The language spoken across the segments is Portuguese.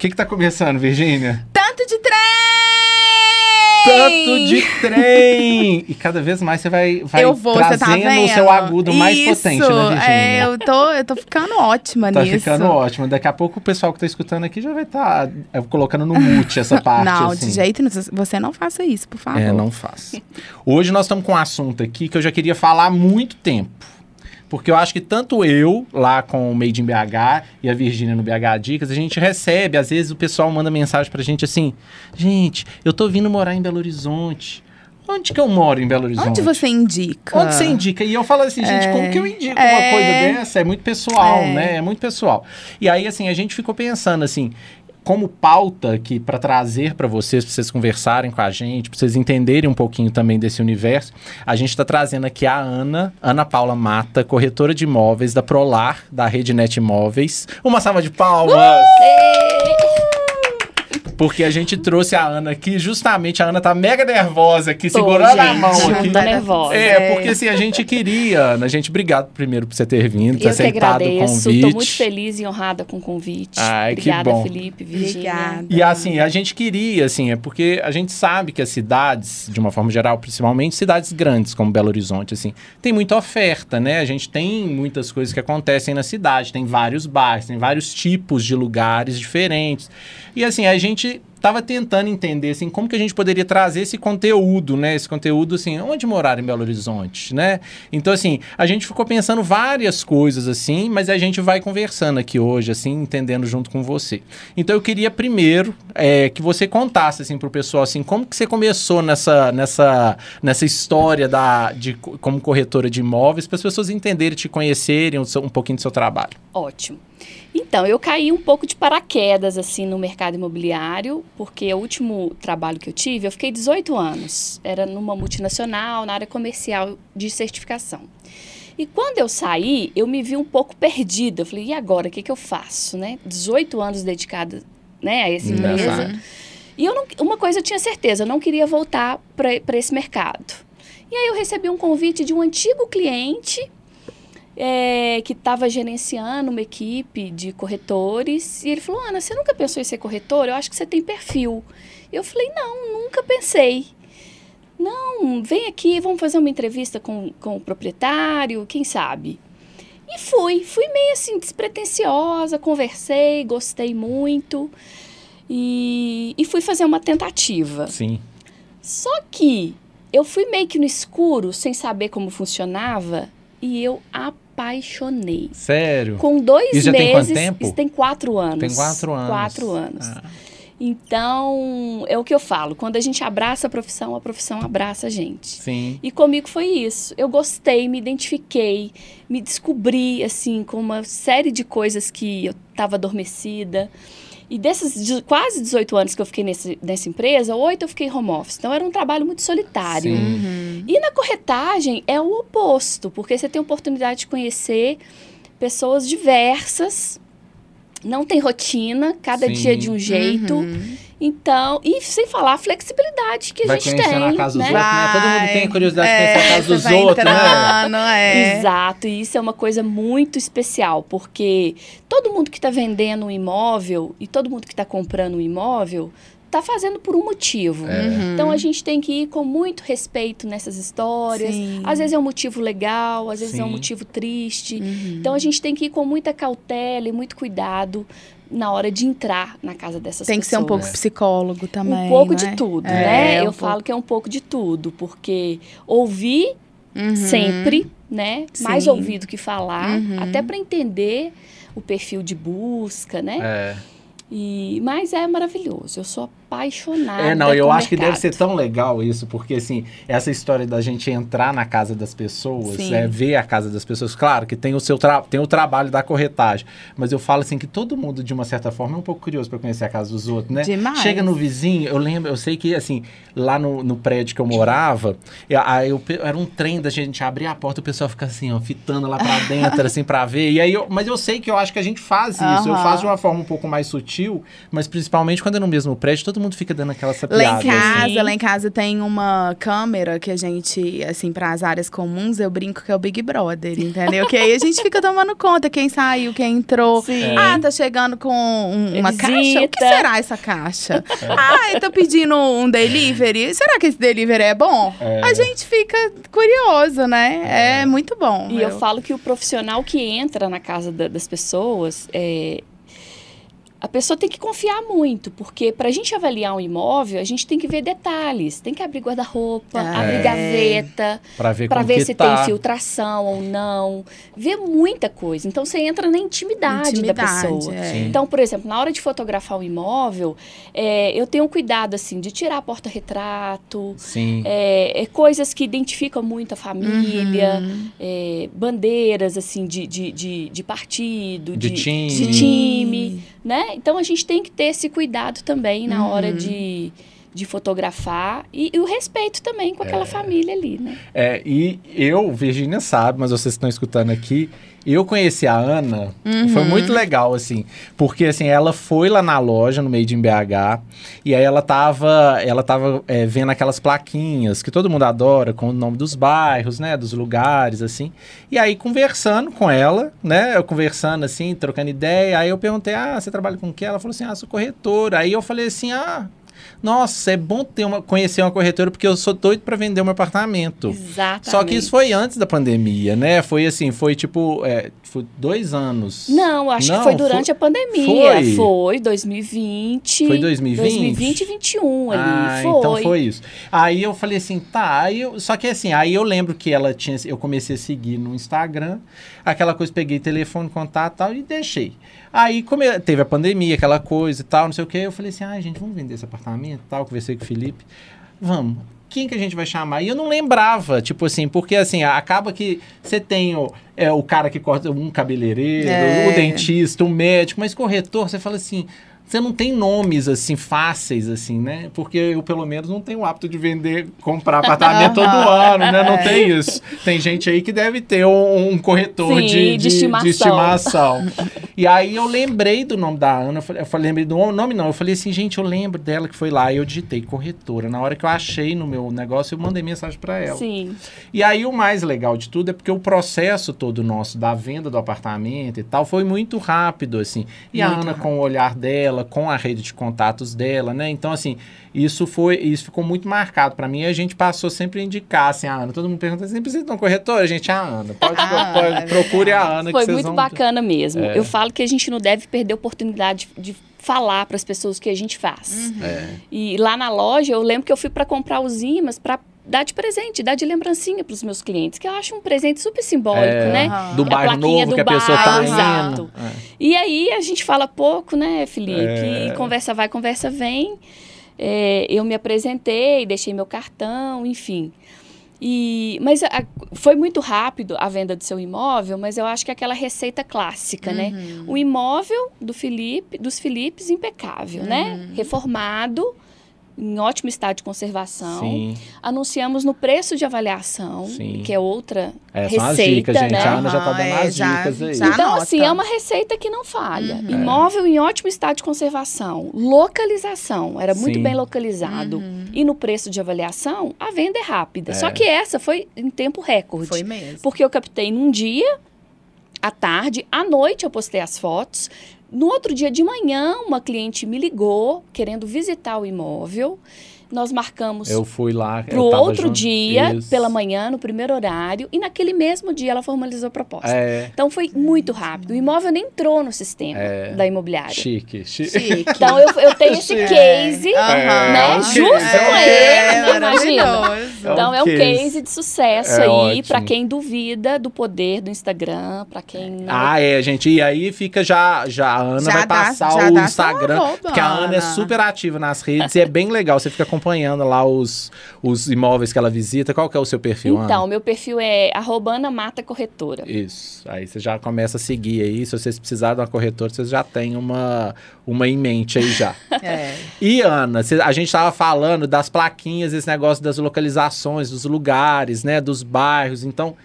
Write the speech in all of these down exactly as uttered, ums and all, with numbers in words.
que que tá começando, Virgínia? Tanto de trem! Tanto de trem! E cada vez mais você vai, vai eu vou, trazendo você tá vendo? o seu agudo mais Isso, potente, né, Virgínia? É, eu tô, eu tô ficando ótima tá nisso. Tá ficando ótimo. Daqui a pouco o pessoal que tá escutando aqui já vai estar tá, colocando no mute essa parte. Não, assim. de jeito nenhum. Você não faça isso, por favor. É, não faça. Hoje nós estamos com um assunto aqui que eu já queria falar há muito tempo. Porque eu acho que tanto eu, lá com o Made in B H, e a Virgínia no B H Dicas, a gente recebe, às vezes o pessoal manda mensagem pra gente assim, gente, eu tô vindo morar em Belo Horizonte. Onde que eu moro em Belo Horizonte? Onde você indica? Onde você indica? E eu falo assim, gente, é, como que eu indico é, uma coisa dessa? É muito pessoal, é. né? É muito pessoal. E aí, assim, a gente ficou pensando assim, como pauta aqui para trazer para vocês, para vocês conversarem com a gente, para vocês entenderem um pouquinho também desse universo, a gente está trazendo aqui a Ana, Ana Paula Mata, corretora de imóveis da Prolar, da Rednet Imóveis. Uma salva de palmas! Uh! Porque a gente trouxe a Ana aqui, justamente a Ana tá mega nervosa aqui, Tô, segurando gente, a mão aqui. Tô nervosa. É, porque assim, a gente queria, Ana, a gente, obrigado primeiro por você ter vindo, ter Eu aceitado que agradeço, o convite. Tô muito feliz e honrada com o convite. Ai, Obrigada, que bom. Felipe, Virgínia. Obrigada. E assim, a gente queria, assim, é porque a gente sabe que as cidades, de uma forma geral, principalmente cidades grandes como Belo Horizonte, assim, tem muita oferta, né? A gente tem muitas coisas que acontecem na cidade, tem vários bairros, tem vários tipos de lugares diferentes. E assim, a gente tava tentando entender, assim, como que a gente poderia trazer esse conteúdo, né? Esse conteúdo, assim, onde morar em Belo Horizonte, né? Então, assim, a gente ficou pensando várias coisas, assim, mas a gente vai conversando aqui hoje, assim, entendendo junto com você. Então, eu queria primeiro é, que você contasse, assim, pro pessoal, assim, como que você começou nessa, nessa, nessa história da, de, como corretora de imóveis, para as pessoas entenderem, te conhecerem um, um pouquinho do seu trabalho. Ótimo. Então, eu caí um pouco de paraquedas, assim, no mercado imobiliário, porque o último trabalho que eu tive, eu fiquei dezoito anos. Era numa multinacional, na área comercial de certificação. E quando eu saí, eu me vi um pouco perdida. Eu falei, e agora? O que, que eu faço, né? dezoito anos dedicada, né, a essa empresa. Uhum. E eu não, uma coisa eu tinha certeza, eu não queria voltar para esse mercado. E aí eu recebi um convite de um antigo cliente... É, que estava gerenciando uma equipe de corretores. E ele falou, Ana, você nunca pensou em ser corretora? Eu acho que você tem perfil. Eu falei, não, nunca pensei. Não, vem aqui, vamos fazer uma entrevista com, com o proprietário, quem sabe? E fui, fui meio assim, despretensiosa, conversei, gostei muito. E, e fui fazer uma tentativa. Sim. Só que eu fui meio que no escuro, sem saber como funcionava, e eu apaixonei. Sério? Com dois Isso já meses... tem quanto tempo? Isso tem quatro anos. Tem quatro anos. Quatro anos. Ah. Então, é o que eu falo. Quando a gente abraça a profissão, a profissão abraça a gente. Sim. E comigo foi isso. Eu gostei, me identifiquei, me descobri, assim, com uma série de coisas que eu estava adormecida. E desses quase dezoito anos que eu fiquei nesse, nessa empresa, oito eu fiquei home office. Então, era um trabalho muito solitário. Uhum. E na corretagem é o oposto, porque você tem a oportunidade de conhecer pessoas diversas, não tem rotina, cada Sim. dia de um jeito. Uhum. Então, e sem falar a flexibilidade que vai a gente tem. Vai conhecer na casa né? dos outros, né? Todo mundo tem curiosidade de é, conhecer a casa dos vai outros, entrando, né? É. Exato, e isso é uma coisa muito especial, porque todo mundo que está vendendo um imóvel e todo mundo que está comprando um imóvel está fazendo por um motivo. É. Uhum. Então, a gente tem que ir com muito respeito nessas histórias. Sim. Às vezes é um motivo legal, às vezes Sim. é um motivo triste. Uhum. Então, a gente tem que ir com muita cautela e muito cuidado na hora de entrar na casa dessas tem pessoas. Tem que ser um pouco psicólogo também, Um pouco né? de tudo, é, né? um Eu pouco... falo que é um pouco de tudo, porque ouvir uhum. sempre, né? Sim. Mais ouvir do que falar, uhum. até para entender o perfil de busca, né? É. E, mas é maravilhoso, eu sou apaixonada É, não, eu com o acho que mercado. deve ser tão legal isso, porque assim, essa história da gente entrar na casa das pessoas, é, ver a casa das pessoas, claro que tem o seu tra- tem o trabalho da corretagem, mas eu falo assim que todo mundo, de uma certa forma, é um pouco curioso para conhecer a casa dos outros, né? Demais. Chega no vizinho, eu lembro, eu sei que assim, lá no, no prédio que eu morava, eu, eu, era um trem da gente abrir a porta, o pessoal fica assim, ó, fitando lá pra dentro, assim, pra ver, e aí eu, mas eu sei que eu acho que a gente faz isso, Uhum. eu faço de uma forma um pouco mais sutil, mas principalmente quando é no mesmo prédio, todo mundo fica dando aquela Lá sapiada. em casa, assim. lá em casa tem uma câmera que a gente, assim, para as áreas comuns, eu brinco que é o Big Brother, entendeu? Que aí a gente fica tomando conta quem saiu, quem entrou. Sim. Ah, tá chegando com um- uma Visita. caixa? O que será essa caixa? Ah, eu tô pedindo um delivery. Será que esse delivery é bom? É. A gente fica curioso, né? É, muito bom. E eu falo que o profissional que entra na casa da- das pessoas, é, a pessoa tem que confiar muito, porque para a gente avaliar um imóvel, a gente tem que ver detalhes. Tem que abrir guarda-roupa, É. abrir gaveta, Pra ver para como ver que se tá. tem filtração ou não. Ver muita coisa. Então, você entra na intimidade, da Intimidade, pessoa. é. Sim. Então, por exemplo, na hora de fotografar o imóvel, é, eu tenho cuidado, assim, de tirar a porta-retrato, Sim. é, é, coisas que identificam muito a família, Uhum. é, bandeiras, assim, de, de, de, de partido, De time. de time, né? Então, a gente tem que ter esse cuidado também na Uhum. hora de, de fotografar e, e o respeito também com aquela família ali, né? É, e eu, Virgínia sabe, mas vocês estão escutando aqui, eu conheci a Ana, foi muito legal, assim, porque, assim, ela foi lá na loja, no Made in B H, e aí ela tava, ela tava é, vendo aquelas plaquinhas que todo mundo adora, com o nome dos bairros, né, dos lugares, assim, e aí conversando com ela, né, eu conversando, assim, trocando ideia, aí eu perguntei, ah, você trabalha com o quê? Ela falou assim, ah, sou corretora, aí eu falei assim, ah... Nossa, é bom ter uma, conhecer uma corretora porque eu sou doido para vender um apartamento. Exatamente. Só que isso foi antes da pandemia, né? Foi assim, foi tipo, é, foi dois anos. Não, acho Não, que foi durante foi- a pandemia. foi? Foi, dois mil e vinte. Foi dois mil e vinte? dois mil e vinte e vinte e um ali. Ah, foi. então foi isso. Aí eu falei assim, tá, aí eu, só que assim, aí eu lembro que ela tinha, eu comecei a seguir no Instagram, aquela coisa, peguei telefone, contato e tal, e deixei. Aí come, teve a pandemia, aquela coisa e tal, não sei o que, eu falei assim, ah, gente, vamos vender esse apartamento e tal, conversei com o Felipe, vamos. Quem que a gente vai chamar? E eu não lembrava, tipo assim, porque assim, acaba que você tem o, é, o cara que corta um cabeleireiro, É. o dentista, o médico, mas corretor, você fala assim, você não tem nomes, assim, fáceis, assim, né? Porque eu, pelo menos, não tenho o hábito de vender, comprar apartamento todo ano, né? Não tem isso. Tem gente aí que deve ter um, um corretor Sim, de, de de, estimação. de estimação. E aí eu lembrei do nome da Ana, eu falei, eu falei, lembrei do nome não, eu falei assim, gente, eu lembro dela que foi lá, e eu digitei corretora. Na hora que eu achei no meu negócio, eu mandei mensagem pra ela. Sim. E aí o mais legal de tudo é porque o processo todo nosso da venda do apartamento e tal foi muito rápido, assim. E a Muito Ana rápido. com o olhar dela, com a rede de contatos dela, né? Então, assim, isso foi, isso ficou muito marcado pra mim. E a gente passou sempre a indicar, assim, a Ana. Todo mundo pergunta assim, precisa de um corretor? A gente, a Ana. Pode, Ah, pode- é procure a verdade. Ana Foi que vocês muito vão... bacana mesmo. É. Eu falo que a gente não deve perder a oportunidade de falar para as pessoas o que a gente faz. É. E lá na loja, eu lembro que eu fui para comprar os ímãs para dar de presente, dar de lembrancinha para os meus clientes, que eu acho um presente super simbólico, É, né? Aham. do É a bairro plaquinha novo do que a pessoa tá bairro, indo. exato. É. E aí a gente fala pouco, né, Felipe? É. E conversa vai, conversa vem. É, eu me apresentei, deixei meu cartão, enfim. E, mas a- foi muito rápido a venda do seu imóvel, mas eu acho que é aquela receita clássica, né? O imóvel do Felipe, dos Filipes, impecável, né? Reformado, em ótimo estado de conservação. Sim. Anunciamos no preço de avaliação, Sim. que é outra É, são as receita, dicas, gente. né? A Ana já tá Aham, dando é, as já- dicas aí. já- Então, Anota. assim, é uma receita que não falha. Uhum. Imóvel em ótimo estado de conservação. Localização, era muito Sim. bem localizado. E no preço de avaliação, a venda é rápida. É. Só que essa foi em tempo recorde. Foi mesmo. Porque eu captei num dia, à tarde, à noite eu postei as fotos. No outro dia de manhã, uma cliente me ligou, querendo visitar o imóvel. Nós marcamos Eu fui lá. para eu o tava outro junto. dia, Isso. pela manhã, no primeiro horário. E naquele mesmo dia, ela formalizou a proposta. É, Então, foi muito rápido. O imóvel nem entrou no sistema É. da imobiliária. chique. chique. Chique. Então, eu, eu tenho esse É. case, Aham. né? É, Justo é, com é, ele, né? Imagina. maravilhoso. Então, É é um um case. case de sucesso É aí, ótimo. para quem duvida do poder do Instagram, para quem não... Ah, é, gente. E aí fica já. já a Ana Já vai dá- passar já o dá Instagram. sua arroba, Porque a Ana é Ana. super ativa nas redes e é bem legal. Você fica acompanhando lá os, os imóveis que ela visita. Qual que é o seu perfil, Então, Ana? meu perfil é arroba Ana Mata Corretora. Isso. Aí você já começa a seguir aí. Se vocês precisarem de uma corretora, vocês já têm uma, uma em mente aí já. É. E, Ana, cê- a gente tava falando das plaquinhas, esse negócio das localizações, dos lugares, né? Dos bairros. Então,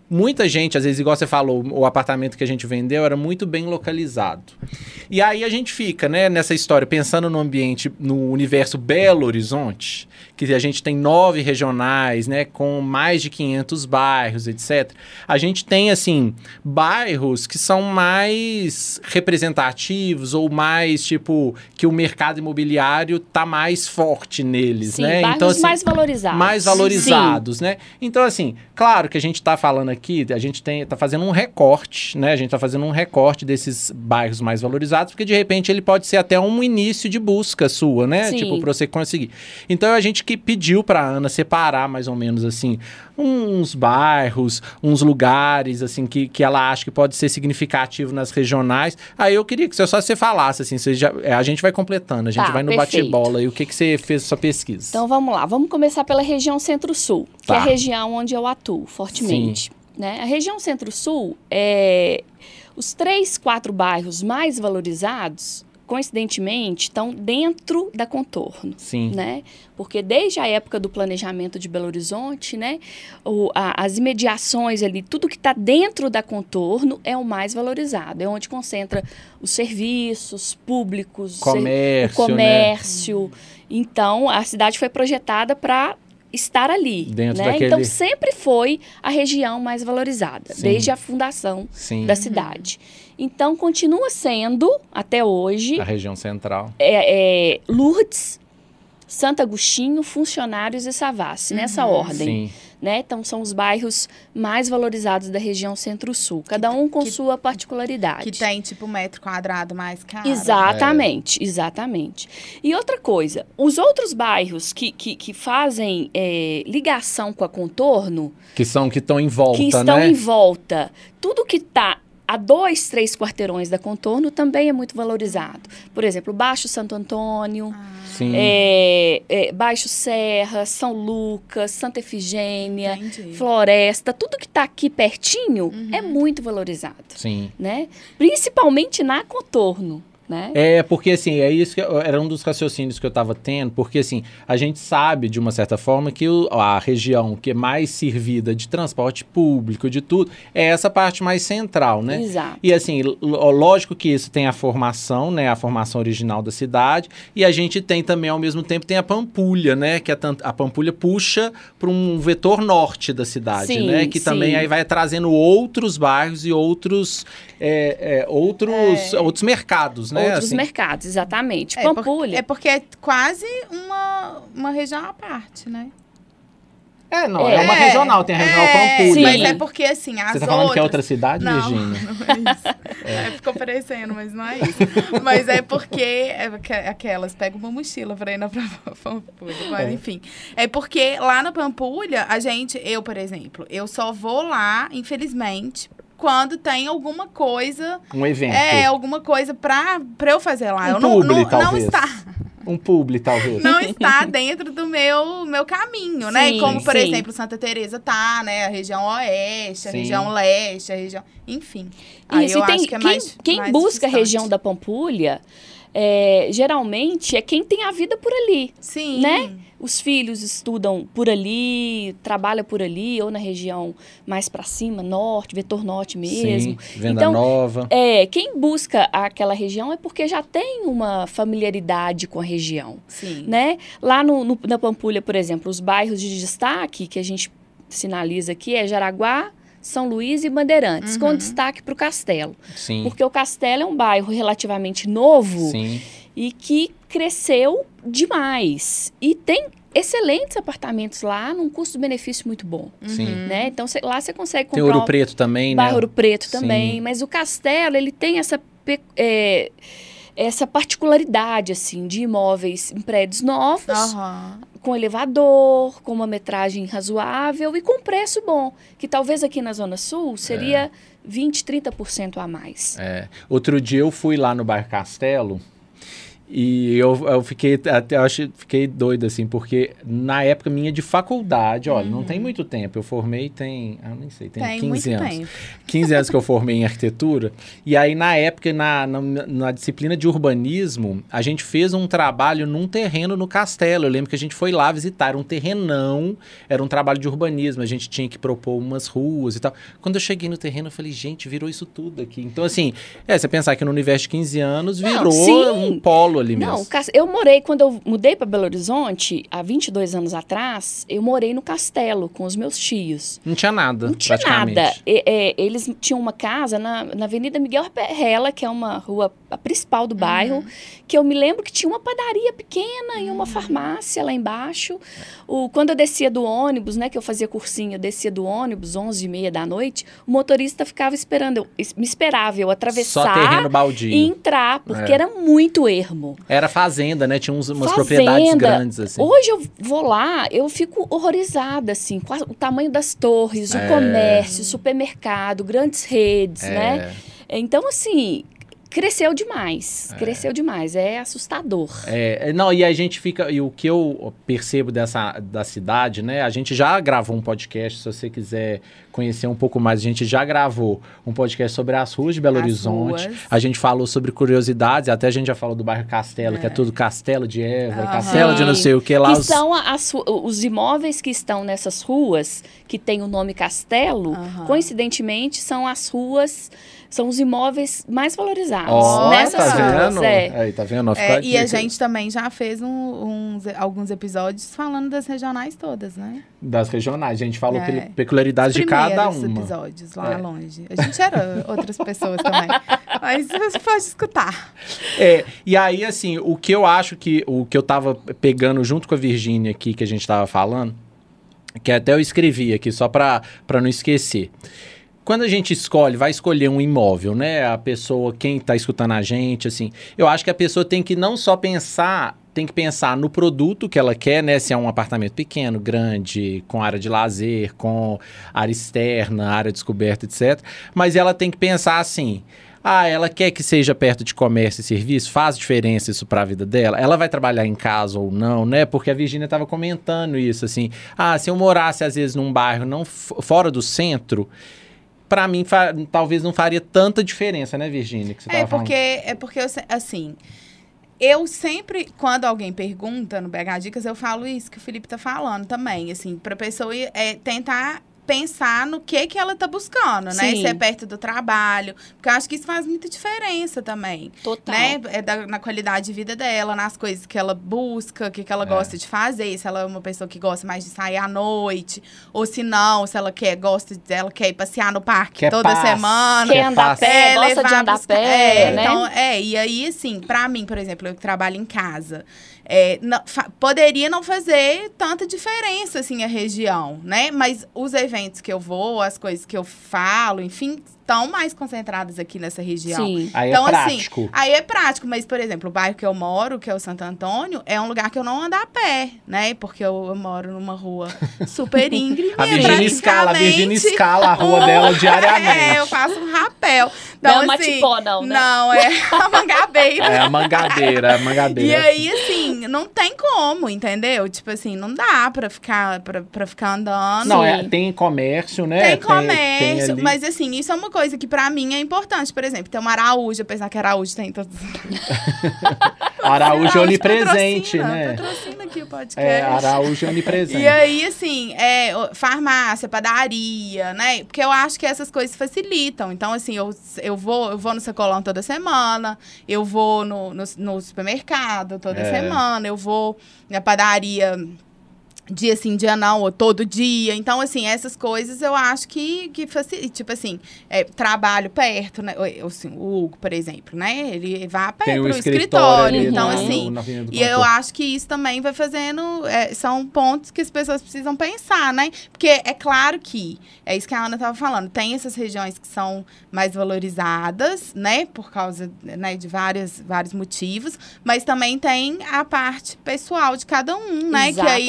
muita gente, às vezes, igual você falou, o apartamento que a gente vendeu era muito bem localizado. E aí a gente fica, né, nessa história, pensando no ambiente, no universo Belo Horizonte, que a gente tem nove regionais, né, com mais de quinhentos bairros, etcétera. A gente tem, assim, bairros que são mais representativos ou mais, tipo, que o mercado imobiliário tá mais forte neles, Sim, né? bairros Então, assim, mais valorizados. mais valorizados, né? Então, assim, claro que a gente tá falando aqui, a gente tem, tá fazendo um recorte, né? A gente tá fazendo um recorte desses bairros mais valorizados, porque de repente ele pode ser até um início de busca sua, né? Sim. Tipo, pra você conseguir. Então, a gente que pediu pra Ana separar mais ou menos, assim, uns bairros, uns lugares, assim, que, que ela acha que pode ser significativo nas regionais. Aí eu queria que só você falasse, assim, você já, a gente vai completando, a gente Tá, vai no perfeito. bate-bola. E o que, que você fez na sua pesquisa? Então vamos lá, vamos começar pela região Centro-Sul, que Tá. é a região onde eu atuo fortemente. Né? A região Centro-Sul, é, os três, quatro bairros mais valorizados, coincidentemente, estão dentro da Contorno. Sim. Né? Porque desde a época do planejamento de Belo Horizonte, né, o, a, as imediações ali, tudo que está dentro da Contorno é o mais valorizado, é onde concentra os serviços públicos, Comércio, o comércio. Então, a cidade foi projetada para estar ali. Dentro né? daquele- Então, sempre foi a região mais valorizada, Sim. desde a fundação Sim. da cidade. Então, continua sendo, até hoje, A região central. é, é, Lourdes, Santo Agostinho, Funcionários e Savassi, nessa ordem. Sim. Né? Então, são os bairros mais valorizados da região Centro-Sul, cada um com que- sua particularidade. Que tem, tipo, metro quadrado mais caro. Exatamente, exatamente. E outra coisa, os outros bairros que, que, que fazem é, ligação com a Contorno, Que são que estão em volta, que estão né? em volta, tudo que está a dois, três quarteirões da Contorno também é muito valorizado. Por exemplo, Baixo Santo Antônio, Sim. é, é, Baixo Serra, São Lucas, Santa Efigênia, Entendi. Floresta, tudo que está aqui pertinho é muito valorizado. Sim. Né? Principalmente na Contorno. Né? É, porque assim, é isso que eu- era um dos raciocínios que eu tava tendo, porque assim, a gente sabe, de uma certa forma, que o- a região que é mais servida de transporte público, de tudo, é essa parte mais central, né? Exato. E assim, l- lógico que isso tem a formação, né? A formação original da cidade, e a gente tem também, ao mesmo tempo, tem a Pampulha, né? Que a, tan- a Pampulha puxa para um vetor norte da cidade, Sim, né? Que sim. também aí vai trazendo outros bairros e outros, é, é, outros, É. outros mercados, né? Outros Assim, mercados, exatamente. É, por- Pampulha. é porque é quase uma, uma região à parte, né? É, não, é, uma regional, tem a regional é, Pampulha. Sim. Mas né? é porque, assim, as Você tá falando que é outra outras- cidade, Não, Virgínia? não é isso. É, ficou parecendo, mas não é isso. Mas é porque é porque aquelas pegam uma mochila pra ir na Pampulha. Mas, É. enfim. É porque lá na Pampulha, a gente, eu, por exemplo, eu só vou lá, infelizmente, quando tem alguma coisa. Um evento. É, alguma coisa pra, pra eu fazer lá. Um eu não, publi, não, não talvez. está. Um publi, talvez. Não está dentro do meu, meu caminho, né? Sim, Como, por sim. exemplo, Santa Teresa tá, né? A região oeste, a Sim. região leste, a região... Enfim. Aí Isso, eu e tem, acho que é quem, mais quem mais busca a distante. região da Pampulha, é, geralmente é quem tem a vida por ali. Sim. né? Os filhos estudam por ali, trabalham por ali, ou na região mais para cima, norte, vetor norte mesmo. Sim, Venda Então, Nova. É, quem busca aquela região é porque já tem uma familiaridade com a região. Sim. Né? Lá no, no- na Pampulha, por exemplo, os bairros de destaque que a gente sinaliza aqui é Jaraguá, São Luís e Bandeirantes, com destaque para o Castelo. Sim. Porque o Castelo é um bairro relativamente novo Sim. e que cresceu demais. E tem excelentes apartamentos lá, num custo-benefício muito bom. Sim. Né? Então, cê- lá você consegue Tem comprar Ouro um Preto também, né? bairro Ouro Preto Sim. também. Mas o Castelo, ele tem essa... pe- é, essa particularidade, assim, de imóveis em prédios novos, Aham. com elevador, com uma metragem razoável e com preço bom, que talvez aqui na Zona Sul seria vinte, trinta por cento a mais. É. Outro dia eu fui lá no bairro Castelo E eu, eu fiquei até eu acho, fiquei doido, assim, porque na época minha de faculdade, olha, uhum. não tem muito tempo. Eu formei tem, ah, nem sei, tem, tem quinze anos. Tempo. quinze anos que eu formei em arquitetura. E aí, na época, na, na, na disciplina de urbanismo, a gente fez um trabalho num terreno no Castelo. Eu lembro que a gente foi lá visitar, era um terrenão, era um trabalho de urbanismo. A gente tinha que propor umas ruas e tal. Quando eu cheguei no terreno, eu falei, gente, virou isso tudo aqui. Então, assim, é, você pensar que no universo de quinze anos virou não, um polo ali mesmo. Não, eu morei, quando eu mudei para Belo Horizonte, há vinte e dois anos atrás, eu morei no Castelo com os meus tios. Não tinha nada, Não tinha nada. E, é, eles tinham uma casa na, na Avenida Miguel Perrella, que é uma rua a principal do bairro, uhum. que eu me lembro que tinha uma padaria pequena uhum. e uma farmácia lá embaixo. O, quando eu descia do ônibus, né, que eu fazia cursinho, eu descia do ônibus, onze e meia da noite, o motorista ficava esperando, eu, me esperava eu atravessar Só terreno baldio. E entrar, porque é. era muito ermo. Era fazenda, né? Tinha uns, umas fazenda. propriedades grandes, assim. Hoje eu vou lá, eu fico horrorizada, assim, com a, o tamanho das torres, é. o comércio, o supermercado, grandes redes, é. né? Então, assim, cresceu demais, é. cresceu demais, é assustador. É, não, e a gente fica, e o que eu percebo dessa, da cidade, né, a gente já gravou um podcast, se você quiser conhecer um pouco mais, a gente já gravou um podcast sobre as ruas de Belo as Horizonte, ruas. A gente falou sobre curiosidades, até a gente já falou do bairro Castelo, é. que é tudo Castelo de Évora, uhum. Castelo de não sei o que lá. Que os... são as, os imóveis que estão nessas ruas, que tem o nome Castelo, uhum. coincidentemente são as ruas... São os imóveis mais valorizados. Oh, nessas tá ruas. vendo? É. Aí, tá vendo? É, e a gente também já fez um, uns, alguns episódios falando das regionais todas, né? Das regionais. A gente falou é. peculiaridades de cada uma. Os episódios lá é. longe. A gente era outras pessoas também. Mas você pode escutar. É, e aí, assim, o que eu acho que... O que eu tava pegando junto com a Virgínia aqui, que a gente tava falando, que até eu escrevi aqui, só pra, pra não esquecer. Quando a gente escolhe, vai escolher um imóvel, né? A pessoa, quem está escutando a gente, assim... Eu acho que a pessoa tem que não só pensar... Tem que pensar no produto que ela quer, né? Se é um apartamento pequeno, grande, com área de lazer, com área externa, área descoberta, etcétera. Mas ela tem que pensar assim... Ah, ela quer que seja perto de comércio e serviço? Faz diferença isso para a vida dela? Ela vai trabalhar em casa ou não, né? Porque a Virgínia estava comentando isso, assim... Ah, se eu morasse, às vezes, num bairro não fora do centro... Pra mim, fa- talvez não faria tanta diferença, né, Virgínia? Que você é, tava porque, falando. é porque, eu, assim, eu sempre, quando alguém pergunta no B H Dicas, eu falo isso que o Felipe tá falando também, assim, pra pessoa é, tentar pensar no que que ela tá buscando, né? Sim. Se é perto do trabalho, porque eu acho que isso faz muita diferença também. Total. Né? É da, na qualidade de vida dela, nas coisas que ela busca, o que que ela é. gosta de fazer, se ela é uma pessoa que gosta mais de sair à noite, ou se não, se ela quer, gosta, ela quer ir passear no parque quer toda paz. semana. Quer andar a pé, é, gosta de andar a pé, é, né? Então, é, e aí, assim, pra mim, por exemplo, eu que trabalho em casa, é, não, fa- poderia não fazer tanta diferença, assim, a região, né? Mas os eventos que eu vou, as coisas que eu falo, enfim, estão mais concentradas aqui nessa região. Sim. Aí então, é prático. Assim, aí é prático, mas, por exemplo, o bairro que eu moro, que é o Santo Antônio, é um lugar que eu não ando a pé, né? Porque eu, eu moro numa rua super íngreme. A Virgínia escala, a Virgínia escala a rua um, dela diariamente. É, eu faço um rapel. Então, não é assim, Matipó, não, né? Não, é a Mangabeira. É a Mangabeira, a Mangabeira. E aí, assim, não tem como, entendeu? Tipo assim, não dá pra ficar, pra, pra ficar andando. Não, é, tem comércio, né? Tem comércio, tem, tem mas assim, isso é uma coisa que pra mim é importante. Por exemplo, tem uma Araújo, apesar que Araújo tem todos... Araújo é onipresente, patrocina, né? Patrocina aqui o podcast. É, Araújo é onipresente. E aí, assim, é, farmácia, padaria, né? Porque eu acho que essas coisas facilitam. Então, assim, eu, eu, vou, eu vou no Sacolão toda semana, eu vou no, no, no supermercado toda É. semana, eu vou na padaria... dia sim, dia não, ou todo dia. Então, assim, essas coisas eu acho que, que facilita. Tipo assim, é, trabalho perto, né? Ou, assim, o Hugo, por exemplo, né? Ele vai a pé Tem o pro escritório escritório. ali Então, no- assim, na Avenida do e eu Contorno. acho que isso também vai fazendo... é, são pontos que as pessoas precisam pensar, né? Porque é claro que, é isso que a Ana estava falando, tem essas regiões que são mais valorizadas, né? Por causa, né, de várias, vários motivos, mas também tem a parte pessoal de cada um, né? Que aí cada um,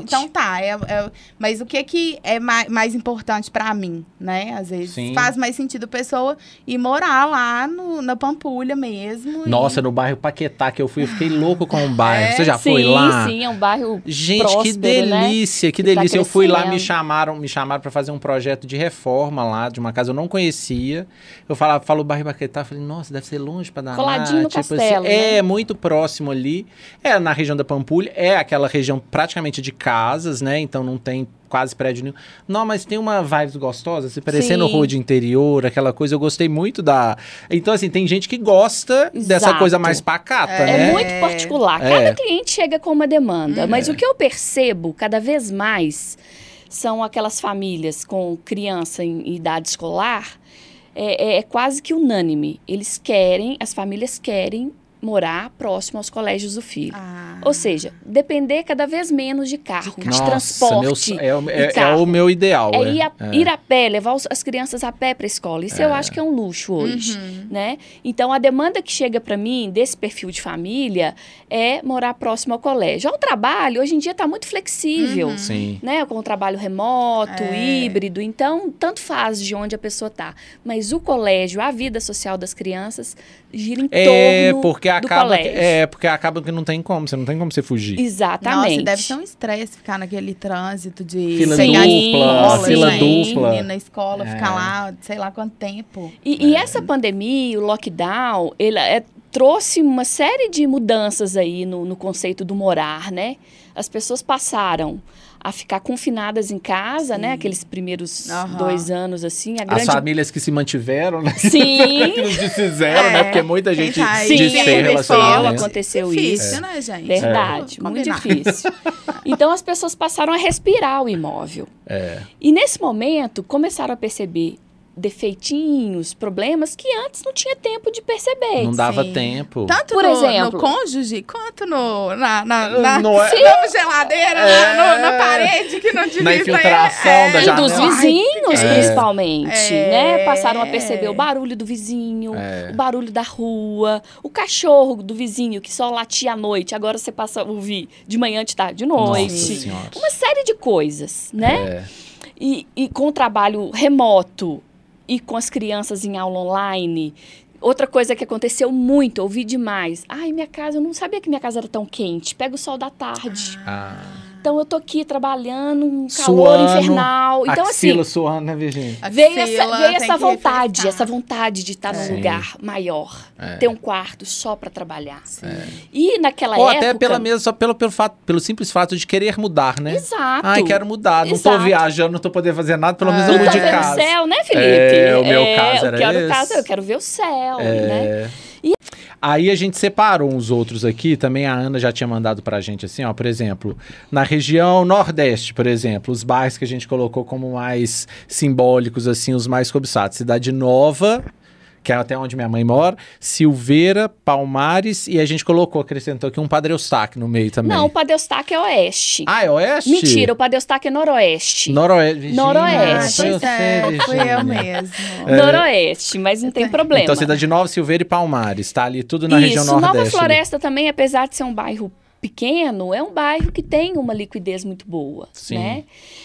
então tá. É, é, mas o que, que é mais, mais importante pra mim, né? Às vezes Sim. faz mais sentido a pessoa ir morar lá no, na Pampulha mesmo. Nossa, e... no bairro Paquetá que eu fui, eu fiquei louco com o bairro. É? Você já sim, foi lá? Sim, é um bairro Gente, próspero, que delícia, né? que Que tá delícia. Eu fui lá, me crescendo. chamaram, me chamaram para fazer um projeto de reforma lá, de uma casa que eu não conhecia. Eu falava, falo bairro Paquetá, falei, nossa, deve ser longe para dar Coladinho no Castelo, assim, né? É, muito próximo ali. É na região da Pampulha, é aquela região praticamente de casas, né? Então não tem quase prédio nenhum. Não, mas tem uma vibe gostosa, se parecendo Sim. rua de interior, aquela coisa. Eu gostei muito da... Então, assim, tem gente que gosta dessa Exato. coisa mais pacata, É. né? É muito particular. É. Cada cliente chega com uma demanda. Uhum. Mas o que eu percebo cada vez mais são aquelas famílias com criança em idade escolar. É, é, é quase que unânime. Eles querem, as famílias querem morar próximo aos colégios do filho. Ah. Ou seja, depender cada vez menos de carro, de, Nossa, transporte. meu- é, o- e é- é carro. o meu ideal. É ir a, é. ir a pé, levar os- as crianças a pé para a escola. Isso eu acho que é um luxo hoje, Uhum. né? Então, a demanda que chega para mim, desse perfil de família, é morar próximo ao colégio. Já o trabalho, hoje em dia, está muito flexível, Uhum. Sim. né? Com o trabalho remoto, É. híbrido. Então, tanto faz de onde a pessoa está. Mas o colégio, a vida social das crianças, gira em É, torno porque do acaba que, colégio. é, porque acaba que não tem como, você não tem como você fugir. Exatamente. Nossa, deve ser um estresse ficar naquele trânsito de Fila pegar dupla, escola, fila gente, dupla. menina na escola, É. ficar lá, sei lá quanto tempo. E, e essa pandemia, o lockdown, ele é, trouxe uma série de mudanças aí no, no conceito do morar, né? As pessoas passaram a ficar confinadas em casa, Sim. né? Aqueles primeiros Aham. dois anos, assim. A As grande... famílias que se mantiveram, né? Sim, que nos desfizeram, né? É. Porque muita Quem gente tá aí, sim, desfez quem aconteceu, relacionamento. aconteceu Difícil, isso. né, gente? Verdade, Vamos muito combinar. difícil. Então, as pessoas passaram a respirar o imóvel. É. E, nesse momento, começaram a perceber defeitinhos, problemas que antes não tinha tempo de perceber. Não dava Sim. tempo. Tanto Por no, exemplo. no cônjuge, quanto no, na, na, na, No- é- na geladeira, É. na, no- na parede, que não devia Na ter- infiltração é, da E janela. dos Ai, vizinhos, é. principalmente, É. né? Passaram a perceber o barulho do vizinho, É. o barulho da rua, o cachorro do vizinho que só latia à noite, agora você passa a ouvir de manhã, de tarde, de Nossa noite. Senhora. Uma série de coisas, né? É. E, e com o trabalho remoto e com as crianças em aula online. Outra coisa que aconteceu muito, ouvi demais. Ai, minha casa, eu não sabia que minha casa era tão quente. Pega o sol da tarde. Ah. Então eu tô aqui trabalhando, um calor Suando, infernal. Então, axila assim, suando, né, Virgínia? veio Axila, essa, veio tem essa que vontade, refrescar. essa vontade de estar Sim. num lugar maior. É. Ter um quarto só para trabalhar. Sim. E naquela Ou época... até pela mesma, só pelo, pelo, fato, pelo simples fato de querer mudar, né? Exato. Ai, quero mudar, não tô Exato. viajando, não tô podendo fazer nada, pelo menos Ah. eu Não mudo tô de vendo casa. o céu, né, Felipe? É, o meu caso era eu quero esse. Caso, eu quero ver o céu, né? É. Aí a gente separou uns outros aqui, também a Ana já tinha mandado pra gente assim, ó, por exemplo, na região Nordeste, por exemplo, os bairros que a gente colocou como mais simbólicos, assim, os mais cobiçados. Cidade Nova, que é até onde minha mãe mora, Silveira, Palmares, e a gente colocou, acrescentou aqui um Padre Eustáquio no meio também. Não, o Padre Eustáquio é oeste. Ah, é oeste? Mentira, o Padre Eustáquio é noroeste. Noroeste. Virgínia, Noroeste. foi Pois você, é, fui Virgínia. eu mesmo. Noroeste, mas não tem problema. Então, Cidade Nova, Silveira e Palmares, tá ali tudo na região Isso, Nordeste. Nova ali. Floresta também, apesar de ser um bairro pequeno, é um bairro que tem uma liquidez muito boa, Sim. né?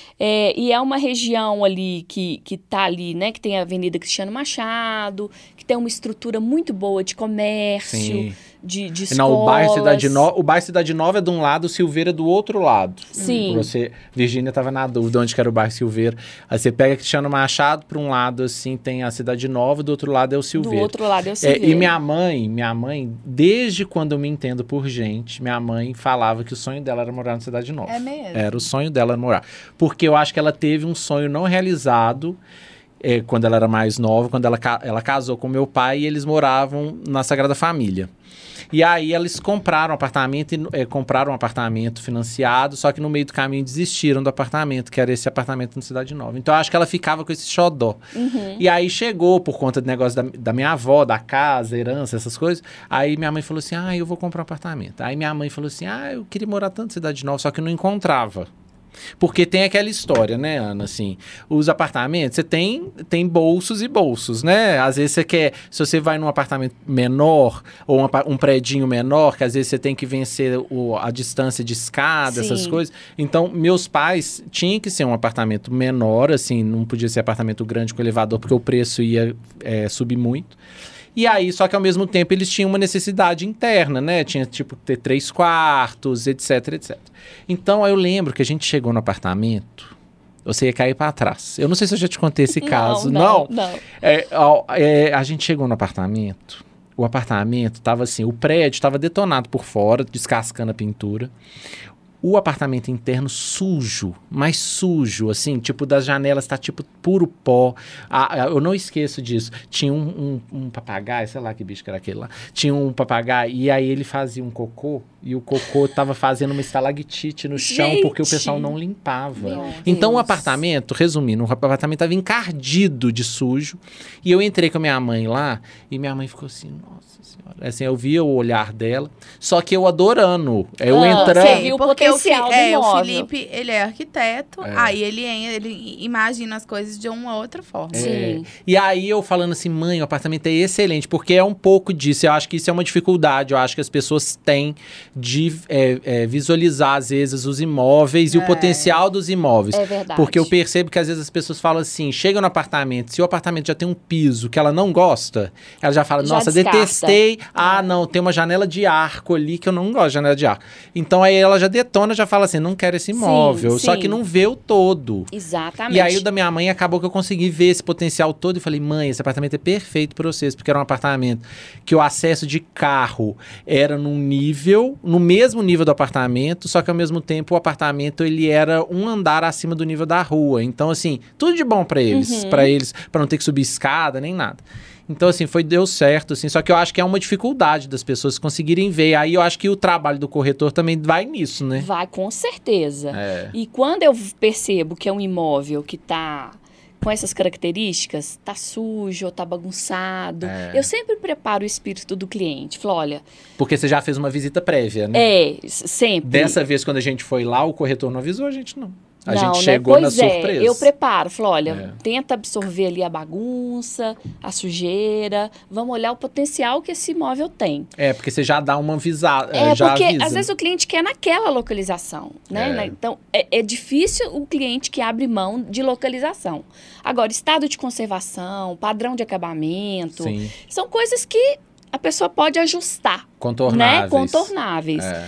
É, e é uma região ali que, que tá ali, né? Que tem a Avenida Cristiano Machado, que tem uma estrutura muito boa de comércio, Sim. de, de escolas. Não, o bairro Cidade Nova, o bairro Cidade Nova é de um lado, Silveira do outro lado. Sim. Você, Virgínia tava na dúvida onde que era o bairro Silveira. Aí você pega Cristiano Machado para um lado, assim, tem a Cidade Nova, do outro lado é o Do Silveira. outro lado é o É, Silveira. e minha mãe, minha mãe, desde quando eu me entendo por gente, minha mãe falava que o sonho dela era morar na Cidade Nova. É mesmo? Era o sonho dela morar. Porque eu acho que ela teve um sonho não realizado é, quando ela era mais nova, quando ela, ca- ela casou com meu pai e eles moravam na Sagrada Família. E aí eles compraram um apartamento, e, é, compraram um apartamento financiado, só que no meio do caminho desistiram do apartamento, que era esse apartamento na Cidade Nova. Então eu acho que ela ficava com esse xodó. Uhum. E aí chegou, por conta do negócio da, da minha avó, da casa, herança, essas coisas. Aí minha mãe falou assim, ah, eu vou comprar um apartamento. Aí minha mãe falou assim, ah, eu queria morar tanto na Cidade Nova, só que não encontrava. Porque tem aquela história, né, Ana, assim, os apartamentos, você tem, tem bolsos e bolsos, né? Às vezes você quer, se você vai num apartamento menor, ou um, um predinho menor, que às vezes você tem que vencer o, a distância de escada, Sim. essas coisas. Então, meus pais tinham que ser um apartamento menor, assim, não podia ser apartamento grande com elevador, porque o preço ia é, subir muito. E aí, só que ao mesmo tempo eles tinham uma necessidade interna, né? Tinha, tipo, ter três quartos, etc, etcétera. Então, aí eu lembro que a gente chegou no apartamento, você ia cair pra trás. Eu não sei se eu já te contei esse caso. Não, não. não. É, ó, é, a gente chegou no apartamento, o apartamento tava assim, o prédio tava detonado por fora, descascando a pintura. O apartamento interno sujo, mais sujo, assim, tipo, das janelas tá tipo puro pó. Ah, eu não esqueço disso. Tinha um, um, um papagaio, sei lá que bicho que era aquele lá. Tinha um papagaio e aí ele fazia um cocô e o cocô tava fazendo uma estalactite no chão. Gente, porque o pessoal não limpava. Meu Então Deus. o apartamento, resumindo, o apartamento tava encardido de sujo. E eu entrei com a minha mãe lá e minha mãe ficou assim, nossa senhora. Assim, eu via o olhar dela, só que eu adorando. Eu Ah, entrando... você viu o potencial do é, imóvel. o Felipe, ele é arquiteto, É. aí ele, ele imagina as coisas de uma outra forma. Sim. E aí eu falando assim, mãe, o apartamento é excelente, porque é um pouco disso. Eu acho que isso é uma dificuldade. Eu acho que as pessoas têm de é, é, visualizar, às vezes, os imóveis e o É. potencial dos imóveis. É verdade. Porque eu percebo que às vezes as pessoas falam assim, chegam no apartamento, se o apartamento já tem um piso que ela não gosta, ela já fala, Já nossa, descarta. detestei. Ah, não, tem uma janela de arco ali que eu não gosto de janela de arco. Então aí ela já detona, já fala assim, não quero esse imóvel. Sim, Só sim. que não vê o todo. Exatamente. E aí o da minha mãe acabou que eu consegui ver esse potencial todo e falei, mãe, esse apartamento é perfeito para vocês, porque era um apartamento que o acesso de carro era num nível, no mesmo nível do apartamento, só que ao mesmo tempo o apartamento ele era um andar acima do nível da rua. Então assim, tudo de bom para eles, Uhum. para eles, para não ter que subir escada nem nada. Então, assim, foi, deu certo, assim. Só que eu acho que é uma dificuldade das pessoas conseguirem ver. Aí eu acho que o trabalho do corretor também vai nisso, né? Vai, com certeza. É. E quando eu percebo que é um imóvel que tá com essas características, tá sujo ou tá bagunçado, É. eu sempre preparo o espírito do cliente. Falo, olha, Porque você já fez uma visita prévia, né? é, s- sempre. Dessa vez, quando a gente foi lá, o corretor não avisou a gente, não. A Não, gente né? chegou Pois na é, surpresa. eu preparo, falo, olha, É. tenta absorver ali a bagunça, a sujeira, vamos olhar o potencial que esse imóvel tem. É, porque você já dá uma avisada. É, já porque avisa. às vezes o cliente quer naquela localização, né? É. Né? Então, é, é difícil o cliente que abre mão de localização. Agora, estado de conservação, padrão de acabamento, Sim, são coisas que a pessoa pode ajustar, contornáveis. né? Contornáveis. É.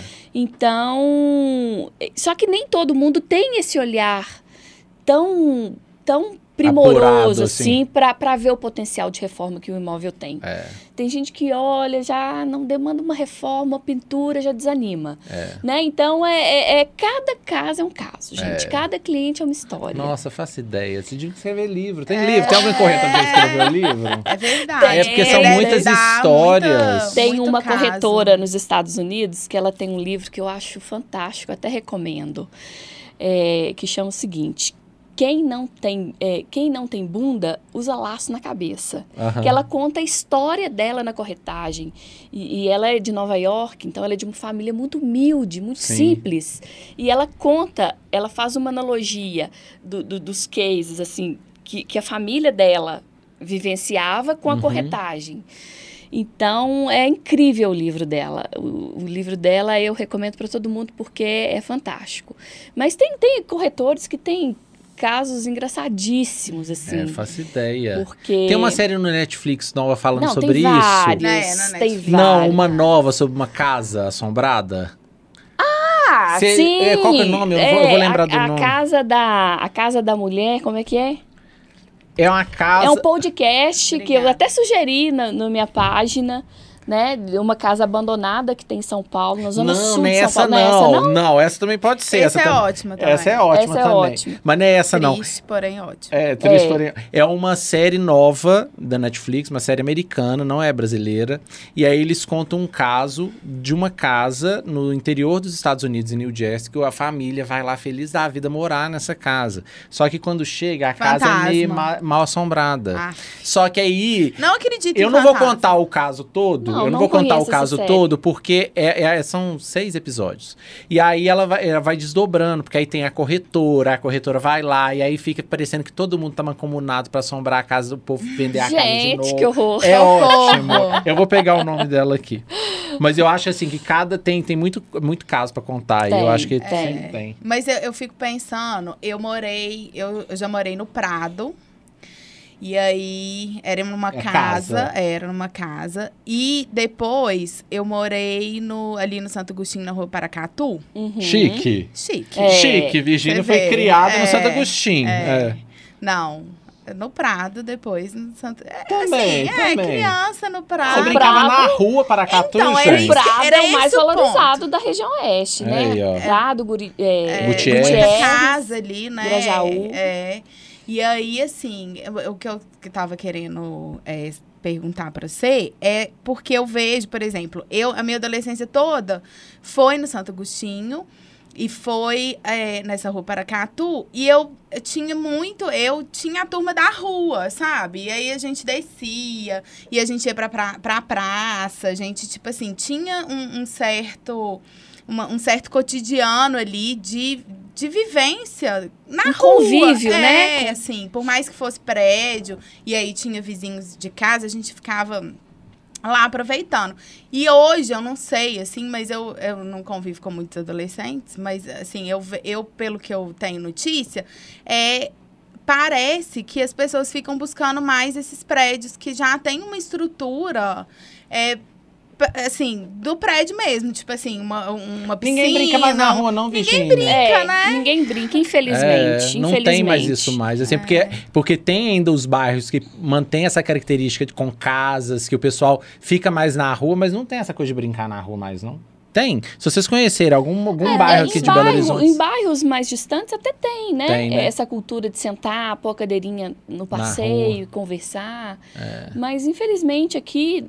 Então, só que nem todo mundo tem esse olhar tão, tão primoroso, Apurado, assim, assim. para ver o potencial de reforma que o imóvel tem. É, Tem gente que olha, já não demanda uma reforma, uma pintura, já desanima. é. Né? Então, é, é- é- cada caso é um caso, gente. É. Cada cliente é uma história. Nossa, faço ideia. Você devia escrever livro. Tem livro? Tem alguém corretor que já escreveu livro? É verdade. É porque são Ele muitas dá histórias. muita- Tem muito uma caso. corretora nos Estados Unidos que ela tem um livro que eu acho fantástico, até recomendo, é, que chama o seguinte: quem não tem, é, quem não tem bunda usa laço na cabeça. Aham. Que ela conta a história dela na corretagem. E, e ela é de Nova York, então ela é de uma família muito humilde, muito Sim. simples. E ela conta, ela faz uma analogia do- do- dos cases, assim, que, que a família dela vivenciava com a Uhum. corretagem. Então, é incrível o livro dela. O, o livro dela eu recomendo para todo mundo porque é fantástico. Mas tem, tem corretores que têm casos engraçadíssimos, assim. É, faço ideia. Porque... Tem uma série no Netflix nova falando Não, sobre tem isso? vários, É, na tem Netflix. Não, vários. uma nova sobre uma casa assombrada. Ah, Cê- sim! é, qual que é o nome? Eu não vou- eu vou lembrar a, do a nome. Casa da, a Casa da Mulher, como é que é? É uma casa... É um podcast que eu Obrigada. até sugeri na, na minha página, né? De uma casa abandonada que tem em São Paulo, na zona não, sul não é de São essa Paulo. não. Não é essa, não? Não, essa também pode ser. Essa é tam- ótima também. Essa é ótima Essa é também. ótima. Mas não é essa não. Triste, porém ótimo. É, triste, É. porém. É uma série nova da Netflix, uma série americana, não é brasileira. E aí eles contam um caso de uma casa no interior dos Estados Unidos, em New Jersey, que a família vai lá feliz da vida morar nessa casa. Só que quando chega, a casa é meio Fantasma. ma- mal assombrada. Ah, Só que aí, não acredito eu em não vou fantasma. contar o caso todo, Não, eu não, não vou contar o conheço caso essa série. todo, porque é, é- são seis episódios. E aí ela vai, ela vai desdobrando, porque aí tem a corretora, a corretora vai lá, e aí fica parecendo que todo mundo tá mancomunado pra assombrar a casa do povo, vender a casa de Gente, novo. que horror. É Socorro. ótimo. Eu vou pegar o nome dela aqui. Mas eu acho assim que cada tem, tem muito, muito caso pra contar. e eu Tem, acho que tem. sempre tem. Mas eu, eu fico pensando, eu morei, eu, eu já morei no Prado. E aí, era numa É casa, casa. era numa casa. E depois, eu morei no, ali no Santo Agostinho, na rua Paracatu. Uhum. Chique. Chique. É. Chique. Virgínia Você foi vê, criada no é, Santo Agostinho. é. É. Não, no Prado, depois no Santo... É, Também, assim, é, também. criança no Você Prado. brincava Prado- na rua Paracatu, Então, era O gente? isso. Prado Era é o mais esse o valorizado da região oeste, né? Aí, ó. Prado, Guri, é, É, Gutierrez. muita Gutierrez. casa ali, né? Grajaú. É. E aí, assim, eu- o que eu que tava querendo é, perguntar pra você é porque eu vejo, por exemplo, eu a minha adolescência toda foi no Santo Agostinho e foi é, nessa rua Paracatu e eu, eu tinha muito, eu tinha a turma da rua, sabe? E aí a gente descia e a gente ia pra, pra, pra praça, a gente, tipo assim, tinha um, um certo... uma- um certo cotidiano ali de, de vivência na Um rua. convívio, é, né? assim, por mais que fosse prédio, e aí tinha vizinhos de casa, a gente ficava lá aproveitando. E hoje, eu não sei, assim, mas eu, eu não convivo com muitos adolescentes, mas, assim, eu, ve- eu pelo que eu tenho notícia, é... Parece que as pessoas ficam buscando mais esses prédios que já têm uma estrutura... É, p- assim, do prédio mesmo, tipo assim, uma, uma piscina. Ninguém brinca mais na rua, não, Ninguém Virgínia. brinca. É, né? ninguém brinca, infelizmente. É, não infelizmente. tem mais isso mais, assim, porque, porque tem ainda os bairros que mantém essa característica de, com casas, que o pessoal fica mais na rua, mas não tem essa coisa de brincar na rua mais, não? Tem. Se vocês conhecerem algum, algum É, bairro em aqui de Belo bairro- Horizonte. Em bairros mais distantes até tem, né? Tem, né? Essa cultura de sentar, pôr a cadeirinha no passeio, e conversar. É. Mas, infelizmente, aqui,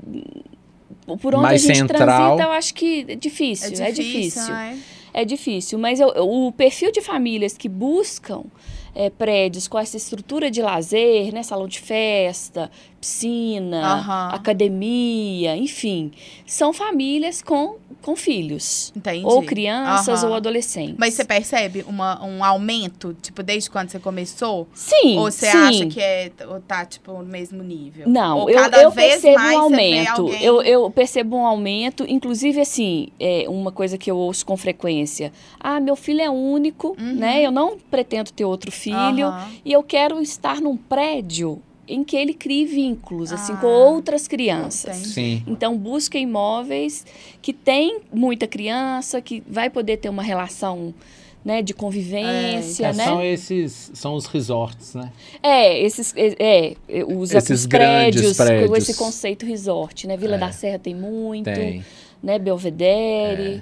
por onde Mais a gente central. transita, eu acho que é difícil. É É difícil. difícil. né? É difícil. Mas eu- o perfil de famílias que buscam é, prédios com essa estrutura de lazer, né? Salão de festa, piscina, Aham. academia, enfim. São famílias com, com filhos. Entendi. Ou crianças Aham. ou adolescentes. Mas você percebe uma, um aumento, tipo, desde quando você começou? Sim, Ou você sim. acha que é, ou tá, tipo, no mesmo nível? Não, Ou eu, cada eu vez percebo mais um você vê aumento. alguém- Eu, eu percebo um aumento, inclusive assim, é uma coisa que eu ouço com frequência. Ah, meu filho é único, Uhum. né? Eu não pretendo ter outro filho Aham. e eu quero estar num prédio em que ele crie vínculos, assim, Ah, com outras crianças. entendi. Sim. Então, busca imóveis que tem muita criança, que vai poder ter uma relação, né, de convivência, É, né? São esses, são os resorts, né? É, esses, é, é, os, Esses os grandes prédios, com prédios. esse conceito resort, né? Vila É. da Serra tem muito, Tem. né? Belvedere.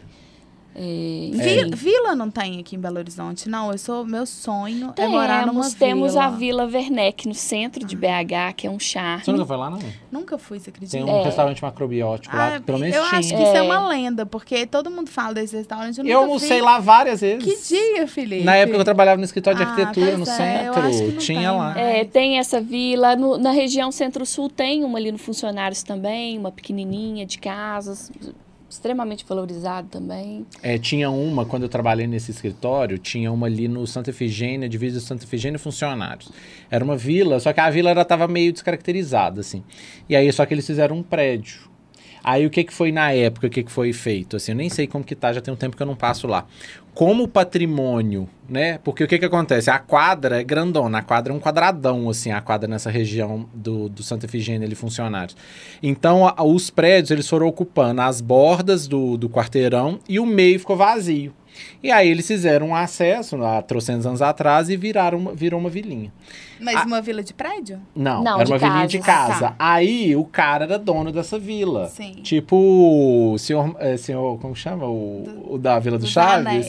é, Vi- enfim. Vila não tem aqui em Belo Horizonte, não. Eu sou, meu sonho é morar numa Temos, temos vila. a Vila Werneck, no centro de B H, que é um charme. Você nunca foi lá, não? Nunca fui, você acredita? Tem um É. restaurante macrobiótico lá, Ah, pelo menos eu tinha. acho que isso é É. uma lenda, porque todo mundo fala desse restaurante. Eu, Eu nunca almocei vi. lá várias vezes. Que dia, Felipe? Na época que eu trabalhava no escritório de Ah, arquitetura, no pois é, eu acho que centro, não tinha tem lá. mais. É, tem essa vila. No- na região centro-sul tem uma ali no Funcionários também, uma pequenininha de casas, extremamente valorizado também. É, tinha uma, quando eu trabalhei nesse escritório, tinha uma ali no Santa Efigênia, divisa Santa Efigênia e Funcionários. Era uma vila, só que a vila estava meio descaracterizada, assim. E aí, só que eles fizeram um prédio. Aí, o que, que foi na época, o que, que foi feito? Assim, eu nem sei como que tá, já tem um tempo que eu não passo lá. Como patrimônio, né? Porque o que que acontece? A quadra é grandona, a quadra é um quadradão, assim, a quadra nessa região do, do Santa Efigênia, ali, Funcionários. Então, a- os prédios, eles foram ocupando as bordas do, do quarteirão e o meio ficou vazio. E aí, eles fizeram um acesso, há trocentos anos atrás, e viraram uma, virou uma vilinha. Mas Ah. uma vila de prédio? Não, Não, era de uma vilinha de casas. casa. Tá. Aí, o cara era dono dessa vila. Sim. Tipo, o senhor, é, senhor, como chama? O, o da Vila do Dos Chaves? Anéis.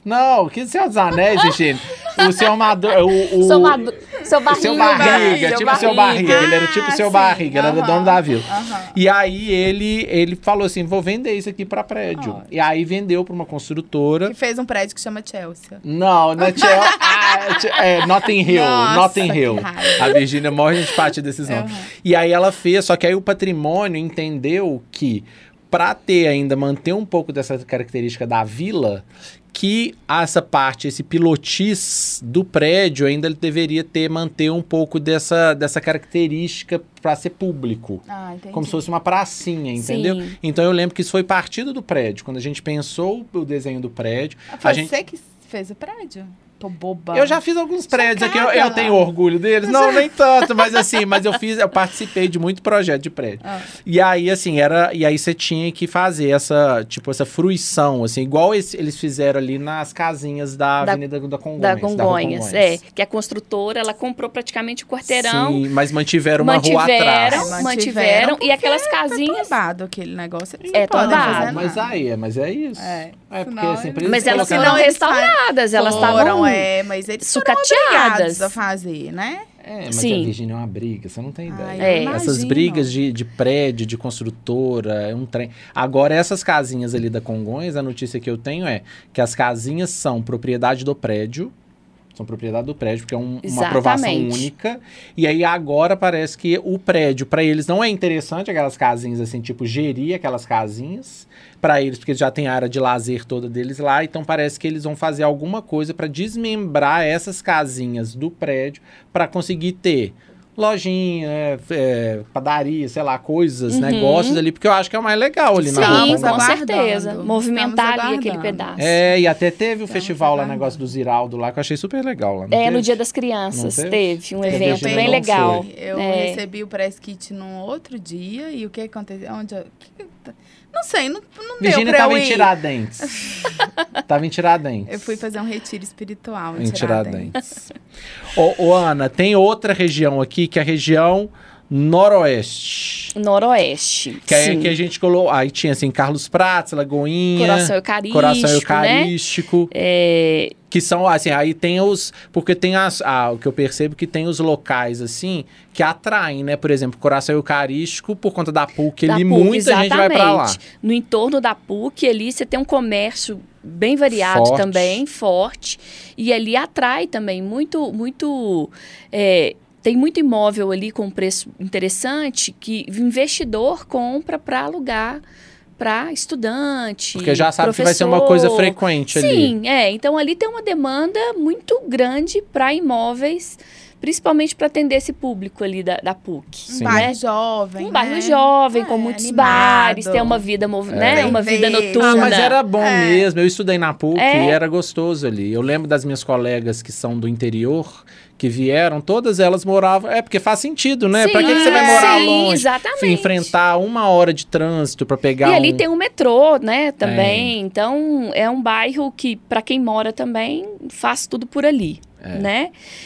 Não, que Senhor dos Anéis, Virgínia? O Senhor Maduro... O, o, Seu, madu... seu o barriga. seu barriga, seu tipo o seu barriga. Ele era tipo o Ah, seu sim, barriga, era aham, o dono da vila. aham. E aí ele, ele falou assim, vou vender isso aqui pra prédio. Ó. E aí vendeu pra uma construtora. Que fez um prédio que chama Chelsea. Não, não é Chelsea. Ah, é Notting Hill. Nossa, Notting que Hill. raiva. A Virgínia morre de parte desses nomes. Uhum. E aí ela fez, só que aí o patrimônio entendeu que para ter ainda, manter um pouco dessa característica da vila, que essa parte, esse pilotis do prédio ainda deveria ter, manter um pouco dessa, dessa característica para ser público. Ah, entendi. Como se fosse uma pracinha, entendeu? Sim. Então eu lembro que isso foi partido do prédio. Quando a gente pensou o desenho do prédio, Ah, foi a gente... você que fez o prédio? Tô boba. Eu já fiz alguns prédios aqui, eu, Chocada. eu tenho orgulho deles. Não, nem tanto, mas assim, mas eu fiz, eu participei de muito projeto de prédio. Ah. E aí, assim, era. E aí você tinha que fazer essa, tipo, essa fruição, assim, igual esse- eles fizeram ali nas casinhas da Da- Avenida da Congonhas. Da Rua Congonhas, é. Que a construtora, ela comprou praticamente o quarteirão. Sim, mas mantiveram uma rua mantiveram, atrás. É, mantiveram. E aquelas casinhas. Tombado aquele negócio. Eles É não podem tombado. fazer Mas nada. aí, mas é isso. É. É porque, Senão assim, eles- pra eles Mas elas colocarem- foram Senão eles restauradas, elas Foram, estavam é, mas eles foram sucateadas. obrigados a fazer, né? É, mas Sim. a Virgínia é uma briga, você não tem Ai, ideia. eu Essas imagino. brigas de, de prédio, de construtora, é um trem. Agora, essas casinhas ali da Congonhas, a notícia que eu tenho é que as casinhas são propriedade do prédio, são propriedade do prédio, porque é um- uma aprovação Exatamente. única. E aí agora parece que o prédio, para eles, não é interessante aquelas casinhas assim, tipo, gerir aquelas casinhas para eles, porque já tem a área de lazer toda deles lá. Então parece que eles vão fazer alguma coisa para desmembrar essas casinhas do prédio para conseguir ter lojinha, é, é, padaria, sei lá, coisas, Uhum. negócios ali, porque eu acho que é o mais legal ali na Sim, rua. Estamos com aguardando. certeza. Movimentar Estamos ali aquele aguardando. pedaço. É, e até teve o Estamos festival lá, aguardando. negócio do Ziraldo lá, que eu achei super legal lá. não É, teve? no Dia das Crianças Não teve, teve? um Teve, evento a gente bem não legal. foi. Eu É. recebi o press kit num outro dia e o que aconteceu? Onde eu... que que- Não sei, não, não deu Virgínia pra tava eu em ir. Tiradentes. Tava em Tiradentes. Eu fui fazer um retiro espiritual em Em Tiradentes. Tiradentes. Ô, ô, Ana, tem outra região aqui, que é a região noroeste. Noroeste. Que aí sim. que a gente colocou. Aí tinha assim, Carlos Prates, Lagoinha. Coração Eucarístico, Coração né? Eucarístico. É, Que são, assim, aí tem os... Porque tem as... Ah, o que eu percebo que tem os locais, assim, que atraem, né? Por exemplo, Coração Eucarístico, por conta da P U C, da ali P U C, muita gente vai pra lá. exatamente. No entorno da P U C, ali, você tem um comércio bem variado Forte. também, forte. E ali atrai também muito... muito é, tem muito imóvel ali com preço interessante que o investidor compra para alugar para estudante, Porque já sabe que vai ser professor. uma coisa frequente ali. Sim, é. Então ali tem uma demanda muito grande para imóveis, principalmente para atender esse público ali da, da P U C. Um Sim. bairro Né? jovem, Um bairro né? jovem, É, com muitos animado. bares, tem uma vida, mov... né? Bem uma vida verde. noturna. Ah, mas era bom É. mesmo. Eu estudei na P U C É. e era gostoso ali. Eu lembro das minhas colegas que são do interior, que vieram, todas elas moravam... É, porque faz sentido, né? Sim, Pra que, que você vai é. morar sim, longe? exatamente. Enfrentar uma hora de trânsito pra pegar E ali um... tem o metrô, né, também. Então, é um bairro que, para quem mora também, faz tudo por ali, É. né?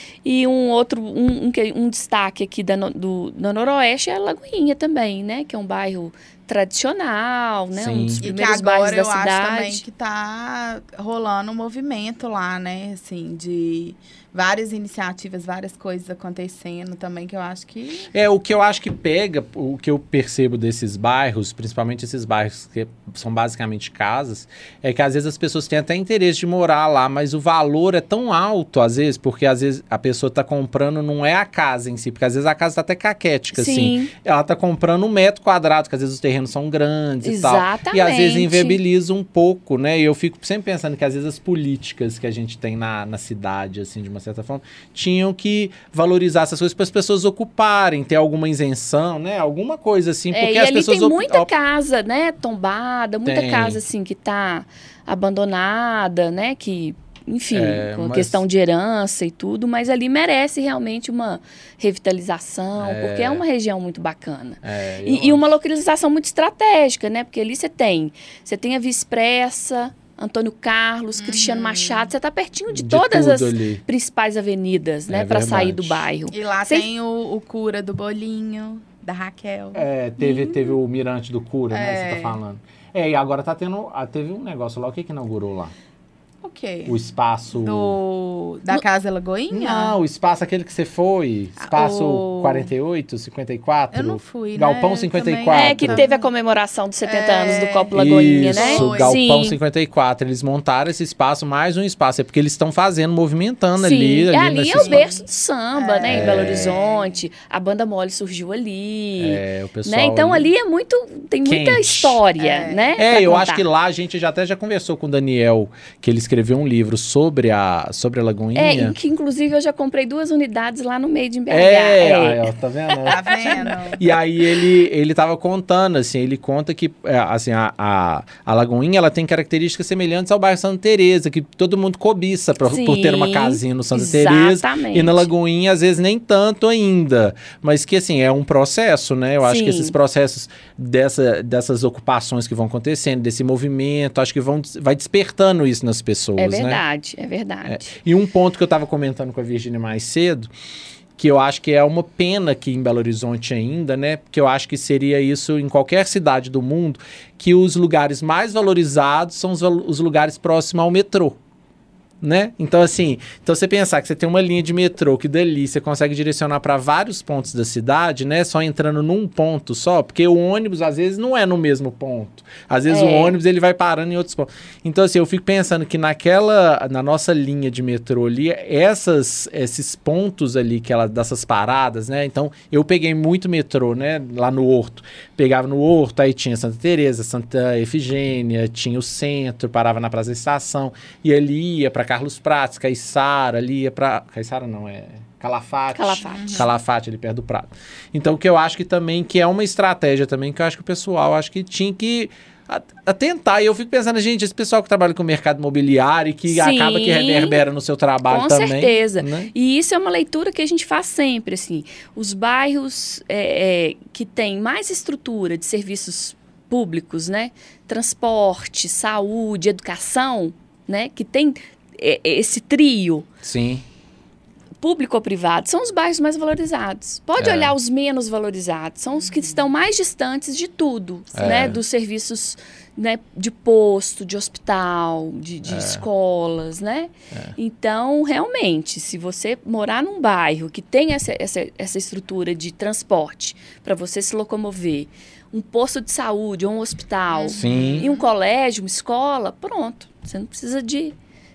E um outro, um, um, que- um destaque aqui da, no- do, do Noroeste é a Lagoinha também, né? Que é um bairro tradicional, né? Sim. Um dos E que primeiros bairros agora da eu acho cidade. também que tá rolando um movimento lá, né? Assim, de várias iniciativas, várias coisas acontecendo também, que eu acho que... É, o que eu acho que pega, o que eu percebo desses bairros, principalmente esses bairros que são basicamente casas, é que às vezes as pessoas têm até interesse de morar lá, mas o valor é tão alto, às vezes, porque às vezes a pessoa tá comprando, não é a casa em si, porque às vezes a casa tá até caquética, assim. Sim, Ela tá comprando um metro quadrado, que às vezes os terrenos são grandes e tal. exatamente. E às vezes inviabiliza um pouco, né? E eu fico sempre pensando que às vezes as políticas que a gente tem na, na cidade, assim, de uma certa forma, tinham que valorizar essas coisas para as pessoas ocuparem, ter alguma isenção, né? Alguma coisa assim, É, porque e as ali pessoas tem op- muita op- casa, né, tombada, muita Tem. casa, assim, que tá abandonada, né, que, enfim, É, com a mas- questão de herança e tudo, mas ali merece realmente uma revitalização, É. porque é uma região muito bacana. É, eu E, e uma localização muito estratégica, né, porque ali você tem, você tem a Via Expressa, Antônio Carlos, Cristiano Machado, você tá pertinho de, de todas tudo as ali. principais avenidas, né, É para sair verdade. do bairro. E lá Vocês- tem o, o cura do bolinho, da Raquel. É, teve, teve o Mirante do Cura, né? É. Você tá falando. É, e agora tá tendo. ah, Teve um negócio lá, o que que inaugurou lá? O quê? O espaço... Do... Da No... Casa Lagoinha? Não, o espaço aquele que você foi. Espaço o... quarenta e oito, cinquenta e quatro. Eu não fui, Galpão né? cinquenta e quatro. É, que teve a comemoração dos setenta É... anos do Copo Lagoinha, Isso, né? Foi. Galpão Sim. cinquenta e quatro. Eles montaram esse espaço, mais um espaço. É porque eles estão fazendo, movimentando Sim. ali. Ali, ali nesse é o espaço. berço do samba, É. né? Em Belo Horizonte. A Banda Mole surgiu ali. É, o pessoal Né? Então ali é muito... Tem muita Quente. história, É. né? É, pra eu contar. acho que lá a gente já até já conversou com o Daniel, que ele escreveu um livro sobre a, sobre a Lagoinha. É, e que inclusive eu já comprei duas unidades lá no Made in B H. É, aí, ó, tá vendo? Tá vendo? E aí ele, ele tava contando, assim, ele conta que é, assim, a, a, a Lagoinha ela tem características semelhantes ao bairro Santa Teresa, que todo mundo cobiça pra, Sim, por ter uma casinha no Santa Teresa. exatamente. E na Lagoinha, às vezes, nem tanto ainda. Mas que, assim, é um processo, né? Eu acho que Sim. esses processos dessa, dessas ocupações que vão acontecendo, desse movimento, acho que vão, vai despertando isso nas pessoas, É né? verdade, é verdade. É. E um ponto que eu estava comentando com a Virgínia mais cedo, que eu acho que é uma pena aqui em Belo Horizonte ainda, né? Porque eu acho que seria isso em qualquer cidade do mundo, que os lugares mais valorizados são os, os lugares próximos ao metrô. Né? Então, assim, então você pensar que você tem uma linha de metrô que dali você consegue direcionar para vários pontos da cidade, né? Só entrando num ponto só, porque o ônibus às vezes não é no mesmo ponto. Às vezes É. o ônibus ele vai parando em outros pontos. Então, assim, eu fico pensando que naquela, na nossa linha de metrô ali, essas, esses pontos ali, que ela, dessas paradas, né? Então, eu peguei muito metrô, né? Lá no Horto. Pegava no Horto, aí tinha Santa Teresa, Santa Efigênia, tinha o centro, parava na Praça da Estação, e ali ia para Carlos Prates, Caiçara, ali ia pra... Caiçara não, é... Calafate. Calafate. Uhum. Calafate, ali perto do Prado. Então, o que eu acho que também, que é uma estratégia também, que eu acho que o pessoal, acho que tinha que atentar. E eu fico pensando, gente, esse pessoal que trabalha com o mercado imobiliário e que Sim, acaba que reverbera no seu trabalho com também. certeza. Né? E isso é uma leitura que a gente faz sempre, assim. Os bairros é, é, que têm mais estrutura de serviços públicos, né? Transporte, saúde, educação, né? Que tem é, esse trio... Sim. Público ou privado, são os bairros mais valorizados. Pode É. olhar os menos valorizados, são os que estão mais distantes de tudo, É. né? Dos serviços, né? De posto, de hospital, de, de É. escolas, né? É. Então, realmente, se você morar num bairro que tem essa, essa, essa estrutura de transporte para você se locomover, um posto de saúde ou um hospital, Sim. e um colégio, uma escola, pronto. Você não precisa de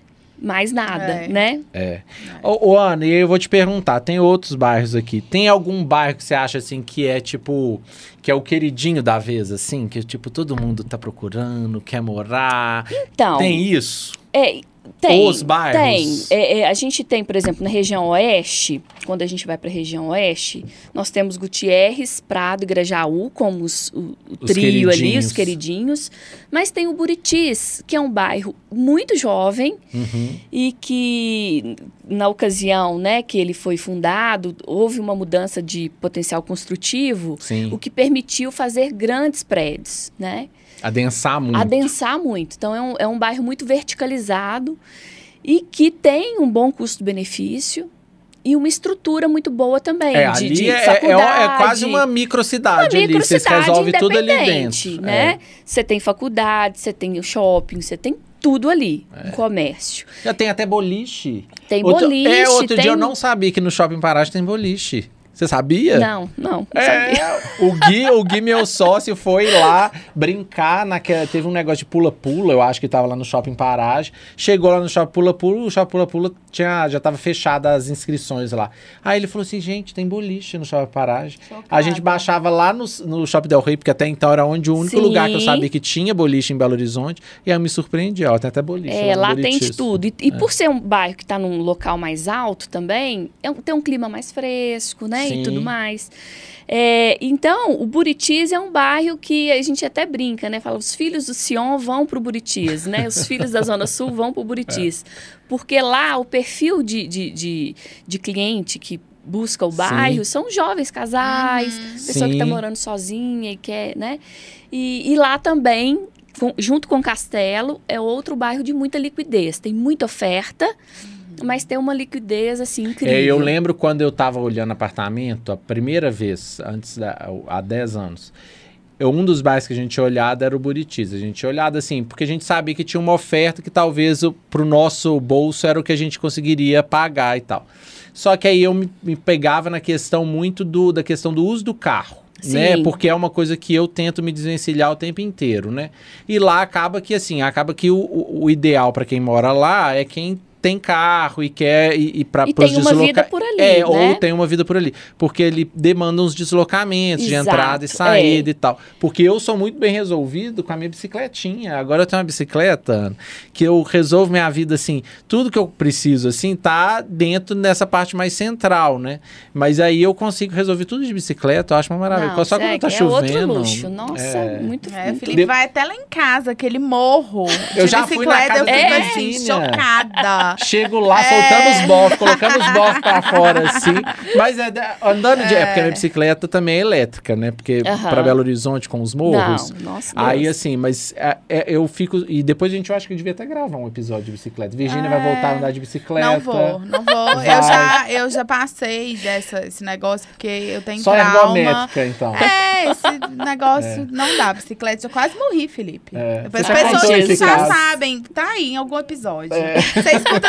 mais nada, É. né? É. Ô, ô, Ana, e aí eu vou te perguntar, tem outros bairros aqui. Tem algum bairro que você acha, assim, que é, tipo... Que é o queridinho da vez, assim? Que, tipo, todo mundo tá procurando, quer morar. Então, Tem isso? É, tem, Os bairros? tem. É, é, a gente tem, por exemplo, na região oeste, quando a gente vai para a região oeste, nós temos Gutierrez, Prado e Grajaú como os, o, o Os trio ali, queridinhos. os queridinhos. Mas tem o Buritis, que é um bairro muito jovem Uhum. e que, na ocasião, né, que ele foi fundado, houve uma mudança de potencial construtivo, Sim. o que permitiu fazer grandes prédios, né? Adensar muito. Adensar muito. Então, é um, é um bairro muito verticalizado e que tem um bom custo-benefício e uma estrutura muito boa também. É, de, ali de é, é, faculdade. é quase uma microcidade Uma ali. Vocês microcidade resolvem tudo ali independente, dentro. né? Você tem faculdade, você tem o shopping, você tem tudo ali, um comércio. É. Já tem até boliche. Tem Outro- boliche, É, outro tem... dia eu não sabia que no Shopping Paragem tem boliche. Você sabia? Não, não, não sabia. É, o Gui, o Gui, meu sócio, foi lá brincar naquela... Teve um negócio de pula-pula, eu acho que tava lá no Shopping Paragem. Chegou lá no Shopping Pula-Pula, o Shopping Pula-Pula tinha, já tava fechada as inscrições lá. Aí ele falou assim, gente, tem boliche no Shopping Paragem. Chocada. A gente baixava lá no, no Shopping Del Rey, porque até então era onde o único Sim. lugar que eu sabia que tinha boliche em Belo Horizonte. E aí eu me surpreendi, ó, tem até boliche. É, no lá tem de Boliches. tudo. E, e por ser um bairro que está num local mais alto também, é um- tem um clima mais fresco, né? Sim. E tudo mais. É, então, o Buritis é um bairro que a gente até brinca, né? Fala, os filhos do Sion vão pro Buritis, né? Os filhos da Zona Sul vão pro Buritis. Porque lá o perfil de, de, de, de cliente que busca o bairro são jovens casais, pessoa que está Sim. morando sozinha e quer, né? E, e lá também, com- junto com Castelo, é outro bairro de muita liquidez. Tem muita oferta, mas tem uma liquidez, assim, incrível. É, eu lembro quando eu tava olhando apartamento, a primeira vez, antes da, há dez anos, eu, um dos bairros que a gente tinha olhado era o Buritis. A gente tinha olhado assim, porque a gente sabia que tinha uma oferta que talvez o, pro nosso bolso era o que a gente conseguiria pagar e tal. Só que aí eu me, me pegava na questão muito do, da questão do uso do carro. Né? Porque é uma coisa que eu tento me desvencilhar o tempo inteiro, né? E lá acaba que, assim, acaba que o, o, o ideal para quem mora lá é quem tem carro e quer ir, ir para E tem uma vida por ali, É, né? ou tem uma vida por ali. Porque ele demanda uns deslocamentos de Exato, entrada e saída é. e tal. Porque eu sou muito bem resolvido com a minha bicicletinha. Agora eu tenho uma bicicleta, Ana, que eu resolvo minha vida, assim, tudo que eu preciso, assim, tá dentro dessa parte mais central, né? Mas aí eu consigo resolver tudo de bicicleta, eu acho uma maravilha. Não, Só quando tá é chovendo... outro luxo. Nossa, é... muito... É, muito... Felipe vai até lá em casa, aquele morro Eu de já fui na bicicleta, casa eu da fico minha assim, vizinha. chocada. Chego lá, É. soltando os bofs, colocando os bofs pra fora, assim. Mas é, andando de... É porque a minha bicicleta também é elétrica, né? Porque Aham. pra Belo Horizonte, com os morros... Não, nossa, Aí, Deus. assim, mas é, é, eu fico... E depois a gente, eu acho que eu devia até gravar um episódio de bicicleta. Virgínia É. vai voltar a andar de bicicleta. Não vou, não vou. Vai. Eu já, eu já passei dessa, esse negócio, porque eu tenho Só trauma. ergométrica, então. É, esse negócio não dá. Bicicleta, eu quase morri, Felipe. É. Depois Você as já pessoas contou esse já caso? sabem. Tá aí em algum episódio. É. Você escuta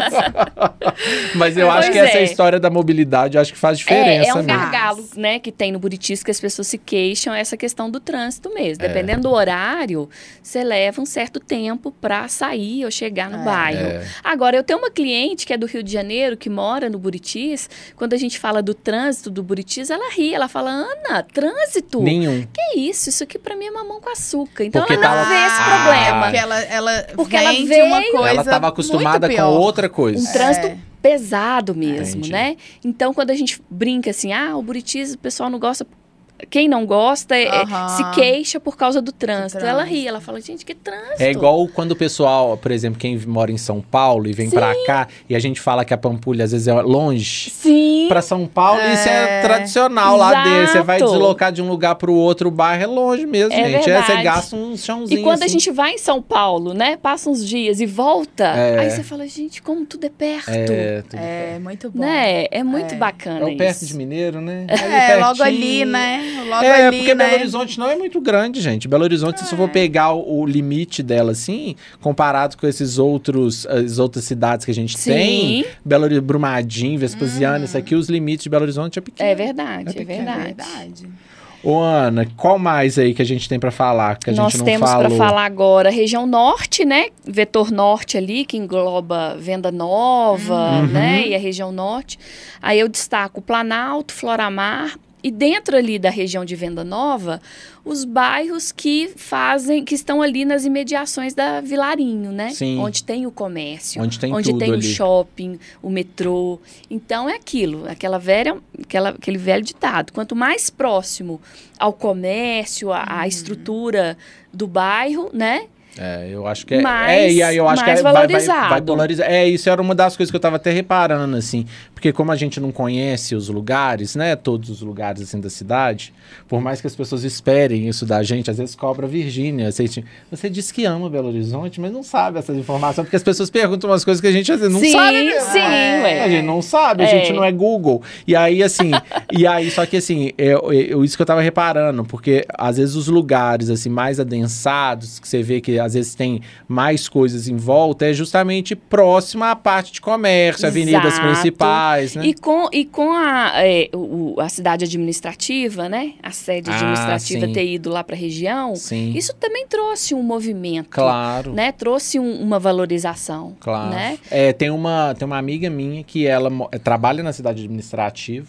todos. Mas eu acho Pois que essa é. história da mobilidade, eu acho que faz diferença É, é um mesmo. gargalo, né, que tem no Buritis que as pessoas se queixam, é essa questão do trânsito mesmo. É. Dependendo do horário, você leva um certo tempo para sair ou chegar no É. bairro. É. Agora, eu tenho uma cliente que é do Rio de Janeiro, que mora no Buritis. Quando a gente fala do trânsito do Buritis, ela ri, ela fala, Ana, trânsito? Nenhum. Que isso? Isso aqui pra mim é mamão com açúcar. Então Porque ela não tava- vê esse Ah. problema. Porque ela, ela Porque ela vem de veio- uma coisa Ela estava acostumada muito com pior. outra coisa. Um trânsito É. pesado mesmo, Entendi. né? Então, quando a gente brinca assim, ah, o Buritis, o pessoal não gosta... Quem não gosta é- é- Aham. se queixa por causa do trânsito. Ela trânsito. ri, ela fala, gente, que trânsito. É igual quando o pessoal, por exemplo, quem mora em São Paulo e vem pra cá, e a gente fala que a Pampulha às vezes é longe. Sim, Pra São Paulo, É. isso é tradicional lá dele. Você vai Exato. deslocar de um lugar pro outro, o bairro é longe mesmo, É gente. É, você verdade. gasta um chãozinho. e quando a assim. gente vai em São Paulo, né, passa uns dias e volta, É. aí você fala, gente, como tudo é perto. É, tudo É, muito bom. Né? É muito É. bacana É o perto isso. de Mineiro, né? É, logo pertinho. ali, né? Logo É, ali, porque né? Belo Horizonte não é muito grande, gente. Belo Horizonte, se você for pegar o, o limite dela, assim, comparado com esses outros, as outras cidades que a gente Sim. tem, Belo Horizonte, Brumadinho, Vespasiano, isso aqui, os limites de Belo Horizonte é pequeno. É verdade, é, É pequeno, É verdade. verdade. Ô, Ana, qual mais aí que a gente tem pra falar, que a Nós gente não temos falou? para falar agora a região norte, né? Vetor norte ali, que engloba Venda Nova, Uhum. né? E a região norte. Aí eu destaco Planalto, Floramar. E dentro ali da região de Venda Nova, os bairros que fazem, que estão ali nas imediações da Vilarinho, né? Sim. Onde tem o comércio, Onde tem onde tudo tem o ali. shopping, o metrô. Então é aquilo, aquela velha, aquela, aquele velho ditado. Quanto mais próximo ao comércio, à, à estrutura do bairro, né? É, eu acho que é. Mais- é, e aí eu acho mais que é, vai, vai, valorizado. vai polarizar. É, isso era uma das coisas que eu tava até reparando, assim. Porque como a gente não conhece os lugares, né? Todos os lugares, assim, da cidade, por mais que as pessoas esperem isso da gente, às vezes cobra a Virgínia. Você, você diz que ama Belo Horizonte, mas não sabe essas informações, porque as pessoas perguntam umas coisas que a gente às vezes não sim, sabe mesmo. sim, É, ué. A gente não sabe, a É. gente não é Google. E aí, assim, e aí, só que assim, é, é, é isso que eu tava reparando, porque às vezes os lugares, assim, mais adensados, que você vê que às vezes tem mais coisas em volta, é justamente próximo à parte de comércio, avenidas Exato. principais, né? E com, e com a, é, o, a cidade administrativa, né? A sede Ah, administrativa sim. ter ido lá para a região, Sim, isso também trouxe um movimento, claro. né? Trouxe um- uma valorização, Claro. né? É, tem uma, tem uma amiga minha que ela mo- trabalha na cidade administrativa.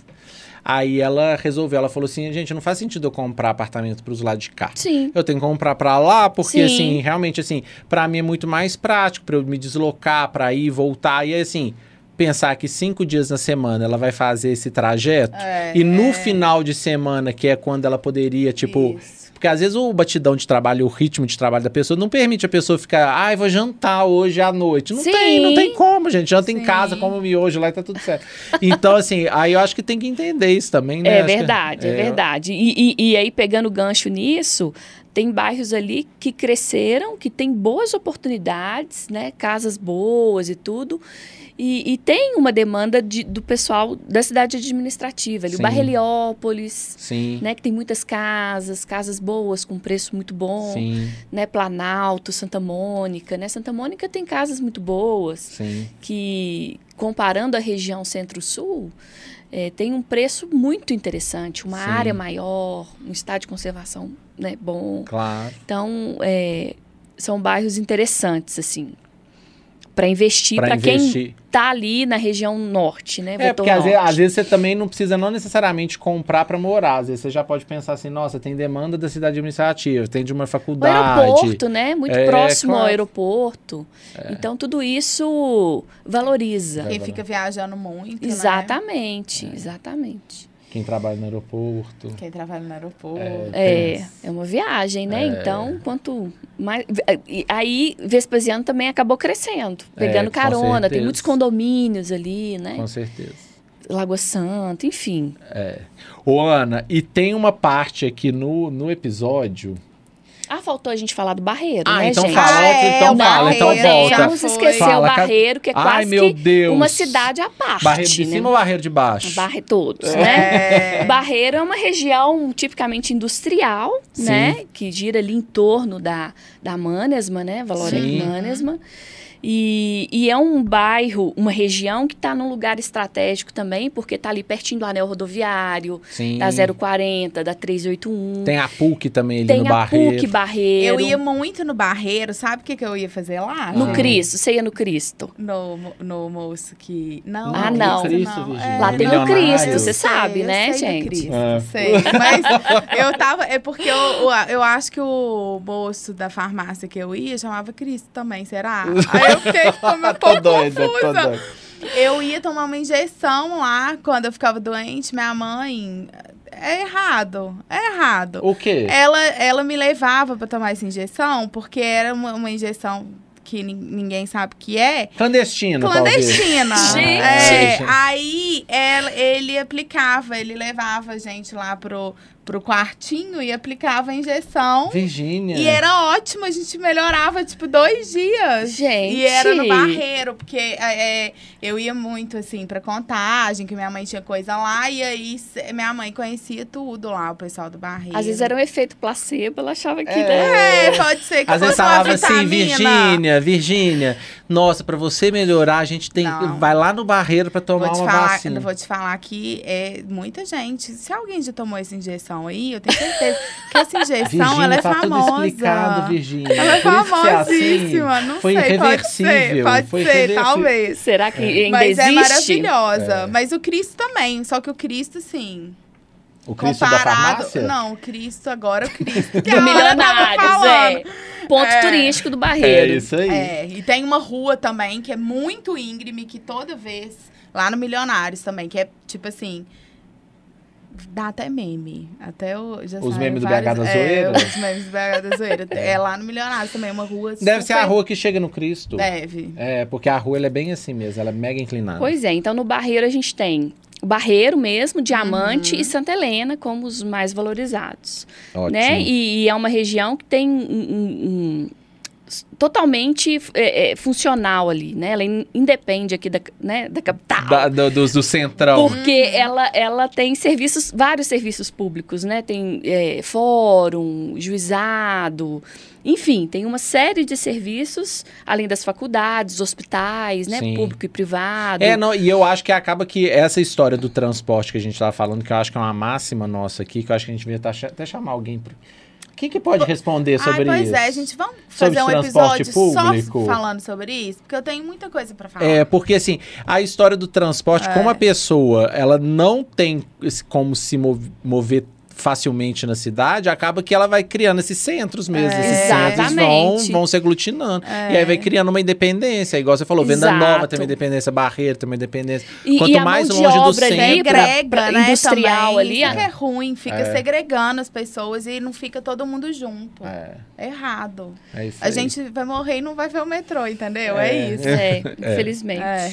Aí ela resolveu, ela falou assim, gente, não faz sentido eu comprar apartamento pros lados de cá. Sim. Eu tenho que comprar pra lá, porque Sim. assim, realmente assim, pra mim é muito mais prático pra eu me deslocar, pra ir, voltar. E assim, pensar que cinco dias na semana ela vai fazer esse trajeto. É, E no é. final de semana, que é quando ela poderia, tipo... Isso. Porque às vezes o batidão de trabalho, o ritmo de trabalho da pessoa não permite a pessoa ficar, ai, vou jantar hoje à noite. Não Sim. tem, não tem como, gente. Janta em Sim. casa, come miojo lá e tá tudo certo. Então, assim, aí eu acho que tem que entender isso também, né? É Acho que- verdade, é, verdade. E, e, e aí, pegando gancho nisso, tem bairros ali que cresceram, que tem boas oportunidades, né? Casas boas e tudo. E, e tem uma demanda de, do pessoal da cidade administrativa, ali, o bairro Heliópolis, Sim. né, que tem muitas casas, casas boas, com preço muito bom, Sim. né, Planalto, Santa Mônica, né, Santa Mônica tem casas muito boas, Sim. que comparando a região centro-sul, é, tem um preço muito interessante, uma Sim. área maior, um estado de conservação, né, bom. Claro. Então, é, são bairros interessantes, assim, para investir, Pra para quem investir. tá ali na região norte, né? É, vetor porque às vezes, norte. às vezes você também não precisa não necessariamente comprar para morar. Às vezes você já pode pensar assim, nossa, tem demanda da cidade administrativa, tem de uma O faculdade. aeroporto, né? Muito É, próximo claro. ao aeroporto. É. Então, tudo isso valoriza. Vai Quem fica viajando muito, né? Exatamente, exatamente. Quem trabalha no aeroporto. Quem trabalha no aeroporto. É. É, é uma viagem, né? Então, quanto mais... e aí, Vespasiano também acabou crescendo, pegando É, com carona. Tem certeza. muitos condomínios ali, né? Com certeza. Lagoa Santa, enfim. É. Ô, Ana, e tem uma parte aqui no, no episódio... Ah, faltou a gente falar do Barreiro, Ah, né, então gente? fala, Ah, é, então o fala, então Barreiro, volta. já Vamos foi. esquecer Fala, o ca- Barreiro, que é Ai, quase meu que Deus. uma cidade à parte, Barreiro de né? cima ou barreiro de baixo? Barre todos, né? É. Barreiro é uma região tipicamente industrial, Sim. né? Que gira ali em torno da, da Manesma, né? Valorec Sim. Manesma. E, e é um bairro, uma região que está num lugar estratégico também, porque está ali pertinho do anel rodoviário, Sim. da zero quarenta, da trezentos e oitenta e um. Tem a PUC também ali Tem no a Barreiro. PUC Barreiro. Eu ia muito no Barreiro, sabe o que, que eu ia fazer lá? No Ah. Cristo, você ia no Cristo. No, no moço que... Não, Ah, não. Cristo, Cristo, não. Virgínia. Lá tem o Milionário. Cristo, Eu você sei, sabe, eu né, sei do gente? Cristo, É. sei. Mas eu tava... É porque eu, eu, eu acho que o moço da farmácia que eu ia chamava Cristo também, será? Aí eu fiquei como um Tô pouco doida, tô confusa. doida. Eu ia tomar uma injeção lá quando eu ficava doente. Minha mãe... É errado, é errado. O quê? Ela, ela me levava pra tomar essa injeção porque era uma, uma injeção que nin- ninguém sabe o que é. Clandestino, Clandestina. talvez. Gente. É, aí ela- ele aplicava, ele levava a gente lá pro, pro quartinho e aplicava a injeção. Virgínia. E era ótimo, a gente melhorava, tipo, dois dias. Gente. E era no Barreiro, porque é, é, eu ia muito, assim, pra Contagem, que minha mãe tinha coisa lá, e aí cê- minha mãe conhecia tudo lá, o pessoal do Barreiro. Às vezes era um efeito placebo, ela achava que, É. né? É, pode ser que Às vezes fosse uma falava assim, vitamina. Virgínia, Virgínia, nossa, pra você melhorar, a gente tem Não. vai lá no Barreiro pra tomar Vou te uma falar, vacina. eu vou te falar que é muita gente. Se alguém já tomou essa injeção aí, eu tenho certeza que essa injeção, Virgínia, ela é tá tudo famosa. explicado, Virgínia. Ela é Por isso que você é famosíssima, assim, não foi sei, pode irreversível. ser, pode foi ser, irreversível. talvez. Será que ainda Mas existe? é maravilhosa. É. Mas o Cristo também, só que o Cristo, sim, O Cristo da comparado... farmácia? Não, o Cristo agora, o Cristo que Do a Ana tava Milionários, falando. é. Ponto É. turístico do É Barreiro. isso aí. É, e tem uma rua também que é muito íngreme, que toda vez, lá no Milionários também, que é tipo assim, dá até meme. Até o, já Os saiu memes do vários- B H da é, Zoeira? os memes do B H da Zoeira. É lá no Milionários também, uma rua Deve ser a super- rua que chega no Cristo. Deve. É, porque a rua ela é bem assim mesmo, ela é mega inclinada. Pois é, então no Barreiro a gente tem o Barreiro mesmo, Diamante Uhum. e Santa Helena como os mais valorizados. Ótimo. Né? E, e é uma região que tem um, um- um- totalmente é, é, funcional ali, né? Ela in- independe aqui da, né, da capital. Da- do, do, do centrão. Porque ela, ela tem serviços, vários serviços públicos, né? Tem é, fórum, juizado, enfim, tem uma série de serviços, além das faculdades, hospitais, né? Sim. Público e privado. É, não, e eu acho que acaba que essa história do transporte que a gente tava falando, que eu acho que é uma máxima nossa aqui, que eu acho que a gente devia tá, até chamar alguém. Pro... Quem que pode responder sobre Ai, pois isso? é, gente, vamos Sobre fazer um transporte episódio público? só falando sobre isso? Porque eu tenho muita coisa pra falar. É, porque assim, a história do transporte, É. como a pessoa, ela não tem esse- como se mov- mover facilmente na cidade, acaba que ela vai criando esses centros mesmo. É. Esses centros vão, Exatamente. vão se aglutinando. É. E aí vai criando uma independência. Igual você falou, Venda Exato. Nova tem uma independência, Barreiro tem uma independência. E, Quanto e a mais mão de longe do obra ali centro- pra- Segrega, pra né, industrial também. ali, Fica é ruim, fica É. segregando as pessoas e não fica todo mundo junto. É, É errado. é isso A aí. gente vai morrer e não vai ver o metrô, entendeu? É, É. isso. É, infelizmente. É.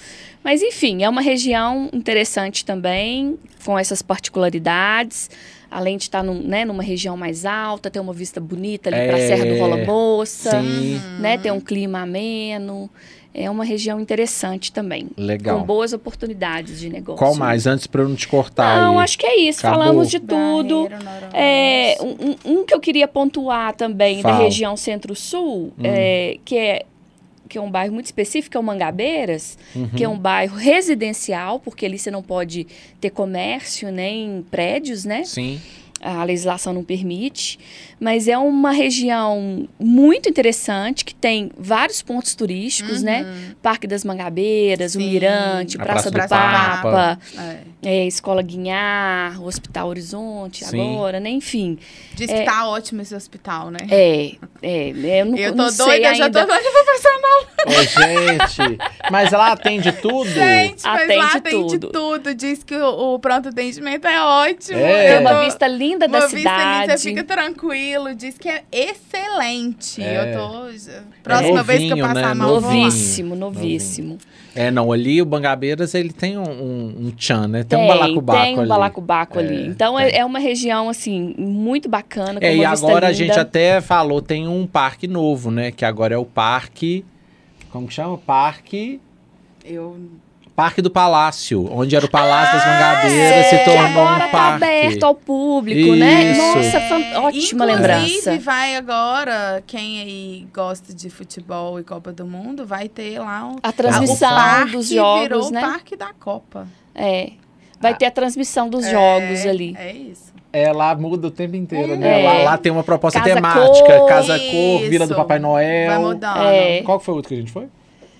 Mas, enfim, é uma região interessante também, com essas particularidades. além de estar num, né, numa região mais alta, ter uma vista bonita ali É, para a Serra do Rola Moça, sim. né, ter um clima ameno. É uma região interessante também. Legal. Com boas oportunidades de negócio. Qual mais? Antes para eu não te cortar Não, aí. acho que é isso. Acabou? Falamos de tudo. Barreiro, Noroeste. É, um, um- um que eu queria pontuar também Fala. da região Centro-Sul, é, que, é, que é um bairro muito específico, é o Mangabeiras, que é um bairro residencial, porque ali você não pode ter comércio nem prédios, né? Sim. A legislação não permite, mas é uma região muito interessante, que tem vários pontos turísticos, né? Parque das Mangabeiras, o Sim. Mirante, A Praça, Praça do do Papa, Papa. É. é, Escola Guinhar, o Hospital Horizonte Sim. agora, né? Enfim. Diz É. que tá ótimo esse hospital, né? É, é, eu não, Eu tô não sei doida, ainda. já tô doida pra passar mal. Ô, gente, mas ela atende tudo? Gente, mas Atende lá atende tudo. tudo. Diz que o, o pronto atendimento é ótimo. É. Tem Eu uma tô- vista linda da uma vista cidade. linda, você fica tranquilo. Diz que é excelente. É. Eu tô... já- Próxima vez que eu novinho, passar né? mal, eu vou lá. Novíssimo, novíssimo. É, não, ali o Bangabeiras, ele tem um, um, um tchan, né? Tem, um Tem, balacobaco tem um ali. balacobaco É, ali. Então, tem. é, é uma região, assim, muito bacana, com É, e uma vista agora a linda. gente até falou, tem um parque novo, né? Que agora é o parque... Como que chama? Parque... Eu... Parque do Palácio, onde era o Palácio das Mangabeiras, se Que tornou agora um tá parque. aberto ao público, né? Isso. Nossa, fan- ótima Inclusive, lembrança. vai agora, quem aí gosta de futebol e Copa do Mundo, vai ter lá um... A transmissão o parque dos jogos, virou né? o Parque da Copa. É. Vai ter a transmissão dos jogos É, ali. É isso. É, lá muda o tempo inteiro, né? É. Lá, lá tem uma proposta Casa temática, Cor. Casa Cor, Vila do Isso. Papai Noel. Vai mudando. É. Qual que foi o outro que a gente foi?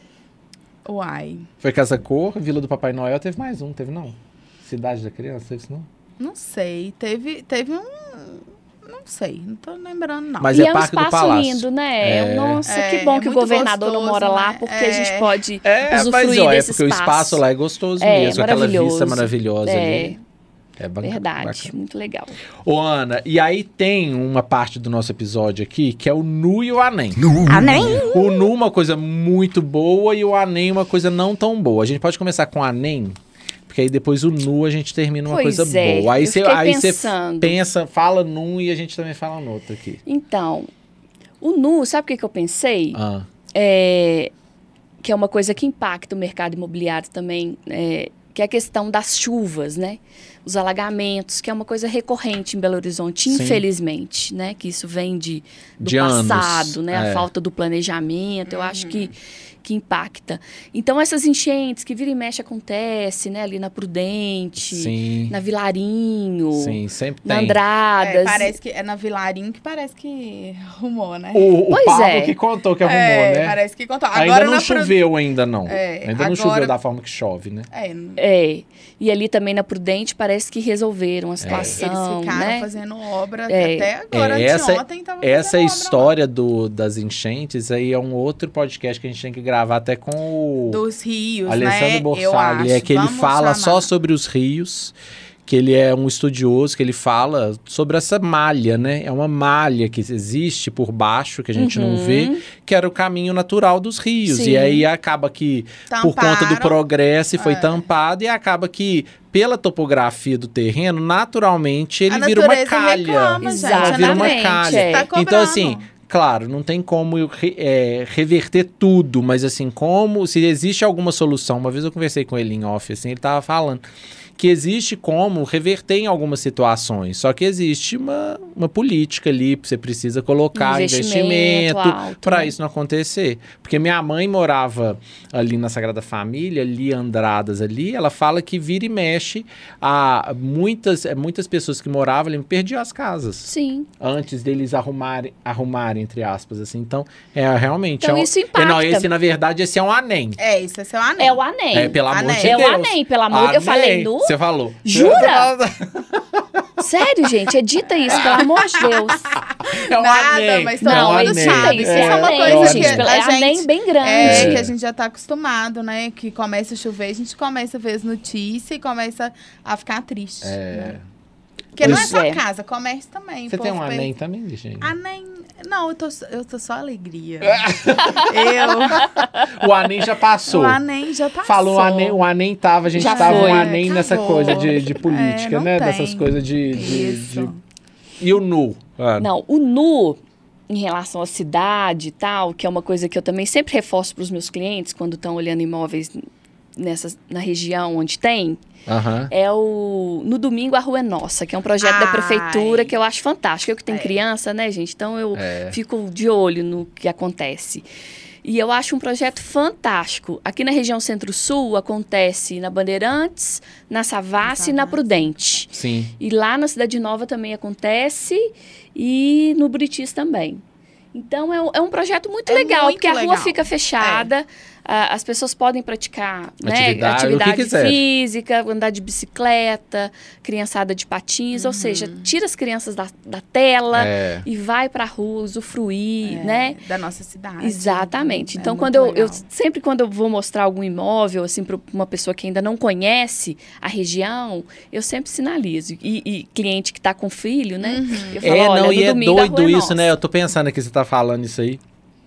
Uai. Foi Casa Cor, Vila do Papai Noel, teve mais um, teve não? Cidade da Criança, teve isso não? Não sei. Teve, teve um... Não sei. Não tô lembrando, não. Mas E é é um Parque do espaço Palácio. lindo, né? É. Nossa, É, que bom é que o muito governador não gostoso, mora lá, né? porque a É. gente pode É, usufruir mas olha, é desse porque o espaço lá é gostoso É, mesmo, aquela vista maravilhoso. maravilhosa É. ali. É ba- Verdade, bacana. muito legal. Ô, Ana, e aí tem uma parte do nosso episódio aqui que é o Nu e o Anem. Amém? O Nu uma coisa muito boa e o Anem uma coisa não tão boa. A gente pode começar com o Anem, porque aí depois o Nu a gente termina uma Pois coisa é, boa. Aí eu você fiquei aí você pensando. pensa, fala num e a gente também fala no outro aqui. Então, o Nu, sabe o que, que eu pensei? Ah, É, que é uma coisa que impacta o mercado imobiliário também, é, que é a questão das chuvas, né? Os alagamentos, que é uma coisa recorrente em Belo Horizonte, Sim. infelizmente, né? Que isso vem de, do De anos, passado, né? é. A falta do planejamento, eu acho que, que impacta. Então, essas enchentes que vira e mexe acontece, né? Ali na Prudente, sim. na Vilarinho, Sim, sempre na tem. Andradas. É, parece que é na Vilarinho que parece que arrumou, né? O, o Pois Pablo é. que contou que arrumou, é, né? parece que contou. Ainda Agora não na Pro- choveu ainda não. É, ainda não agora- choveu da forma que chove, né? É, É, e ali também na Prudente parece que resolveram a eles situação, ficaram né? fazendo obra É. até agora, É, essa- anteontem tava Essa fazendo obra história do, das enchentes aí é um outro podcast que a gente tem que gravar até com o lá. Dos rios, Alessandro né? Eu Borsagli. acho. É que ele Vamos fala chamar. só sobre os rios, que ele é um estudioso, que ele fala sobre essa malha, né? É uma malha que existe por baixo, que a gente não Uhum. vê, que era o caminho natural dos rios. Sim. E aí acaba que, por conta do Tamparam. progresso, foi É. tampado e acaba que, pela topografia do terreno, naturalmente ele A vira uma natureza calha. reclama, gente, Ela vira uma Exatamente, calha. é. Tá Então, cobrando. assim, claro, não tem como eu re- é, reverter tudo, mas assim, como se existe alguma solução. Uma vez eu conversei com ele em off, assim, ele tava falando que existe como reverter em algumas situações, só que existe uma, uma política ali, você precisa colocar Investimento investimento alto, para né? isso não acontecer. Porque minha mãe morava ali na Sagrada Família, ali Andradas ali, ela fala que vira e mexe a muitas, é, muitas pessoas que moravam ali perdiam as casas Sim. antes deles arrumarem, arrumarem, entre aspas, assim. Então, é realmente... Então é um, isso é, impacta. não, esse, na verdade, esse é um anem. É, isso é seu anel. É o Anem. É, pelo amor Anem. de É Deus. o Anem, pelo amor de Eu falei Anem, nu? Você falou. Jura? Sério, gente, edita isso, pelo amor de Deus. É um Nada, anem. mas todo é um mundo anem. sabe. Isso É, é, uma Anem, coisa gente, que pelo- a é Anem gente- bem grande. É, É. que a gente já tá acostumado, né? Que começa a chover, a gente começa a ver as notícias e começa a ficar triste. É. Né? Porque não é Pois só é. casa, comércio também. Você O tem um povo anem pensa- também, Virginia? Anem Não, eu tô, eu tô só alegria. eu... O Anem já passou. O Anem já passou. Falou, o Anem, o Anem tava, a gente Já tava foi. um Anem É, nessa acabou. coisa de, de política, É, não né? tem. Dessas coisas de... de, Isso. de... E o nu? Ah, Não, o nu, em relação à cidade e tal, que é uma coisa que eu também sempre reforço para os meus clientes quando estão olhando imóveis nessa, na região onde tem, Aham. é o No Domingo a Rua é Nossa, que é um projeto da Ai. prefeitura que eu acho fantástico. Eu que tenho É. criança, né, gente? Então eu É. fico de olho no que acontece. E eu acho um projeto fantástico. Aqui na região Centro-Sul acontece na Bandeirantes, na Savassi e na Savassi. Prudente. Sim. E lá na Cidade Nova também acontece e no Buritis também. Então, é um, é um projeto muito É legal, muito porque a rua legal. fica fechada, a- as pessoas podem praticar né, Atividade, o que atividade quiser. física, andar de bicicleta, criançada de patins, ou seja, tira as crianças da, da tela É. e vai para a rua usufruir, É, né? Da nossa cidade. Exatamente. É Então, muito quando eu, eu legal. sempre quando eu vou mostrar algum imóvel assim para uma pessoa que ainda não conhece a região, eu sempre sinalizo. E, e cliente que está com filho, né? Eu falo, É, olha, não, no e é domingo a doido rua é isso, nossa. né? Eu tô pensando aqui, você tá falando isso aí.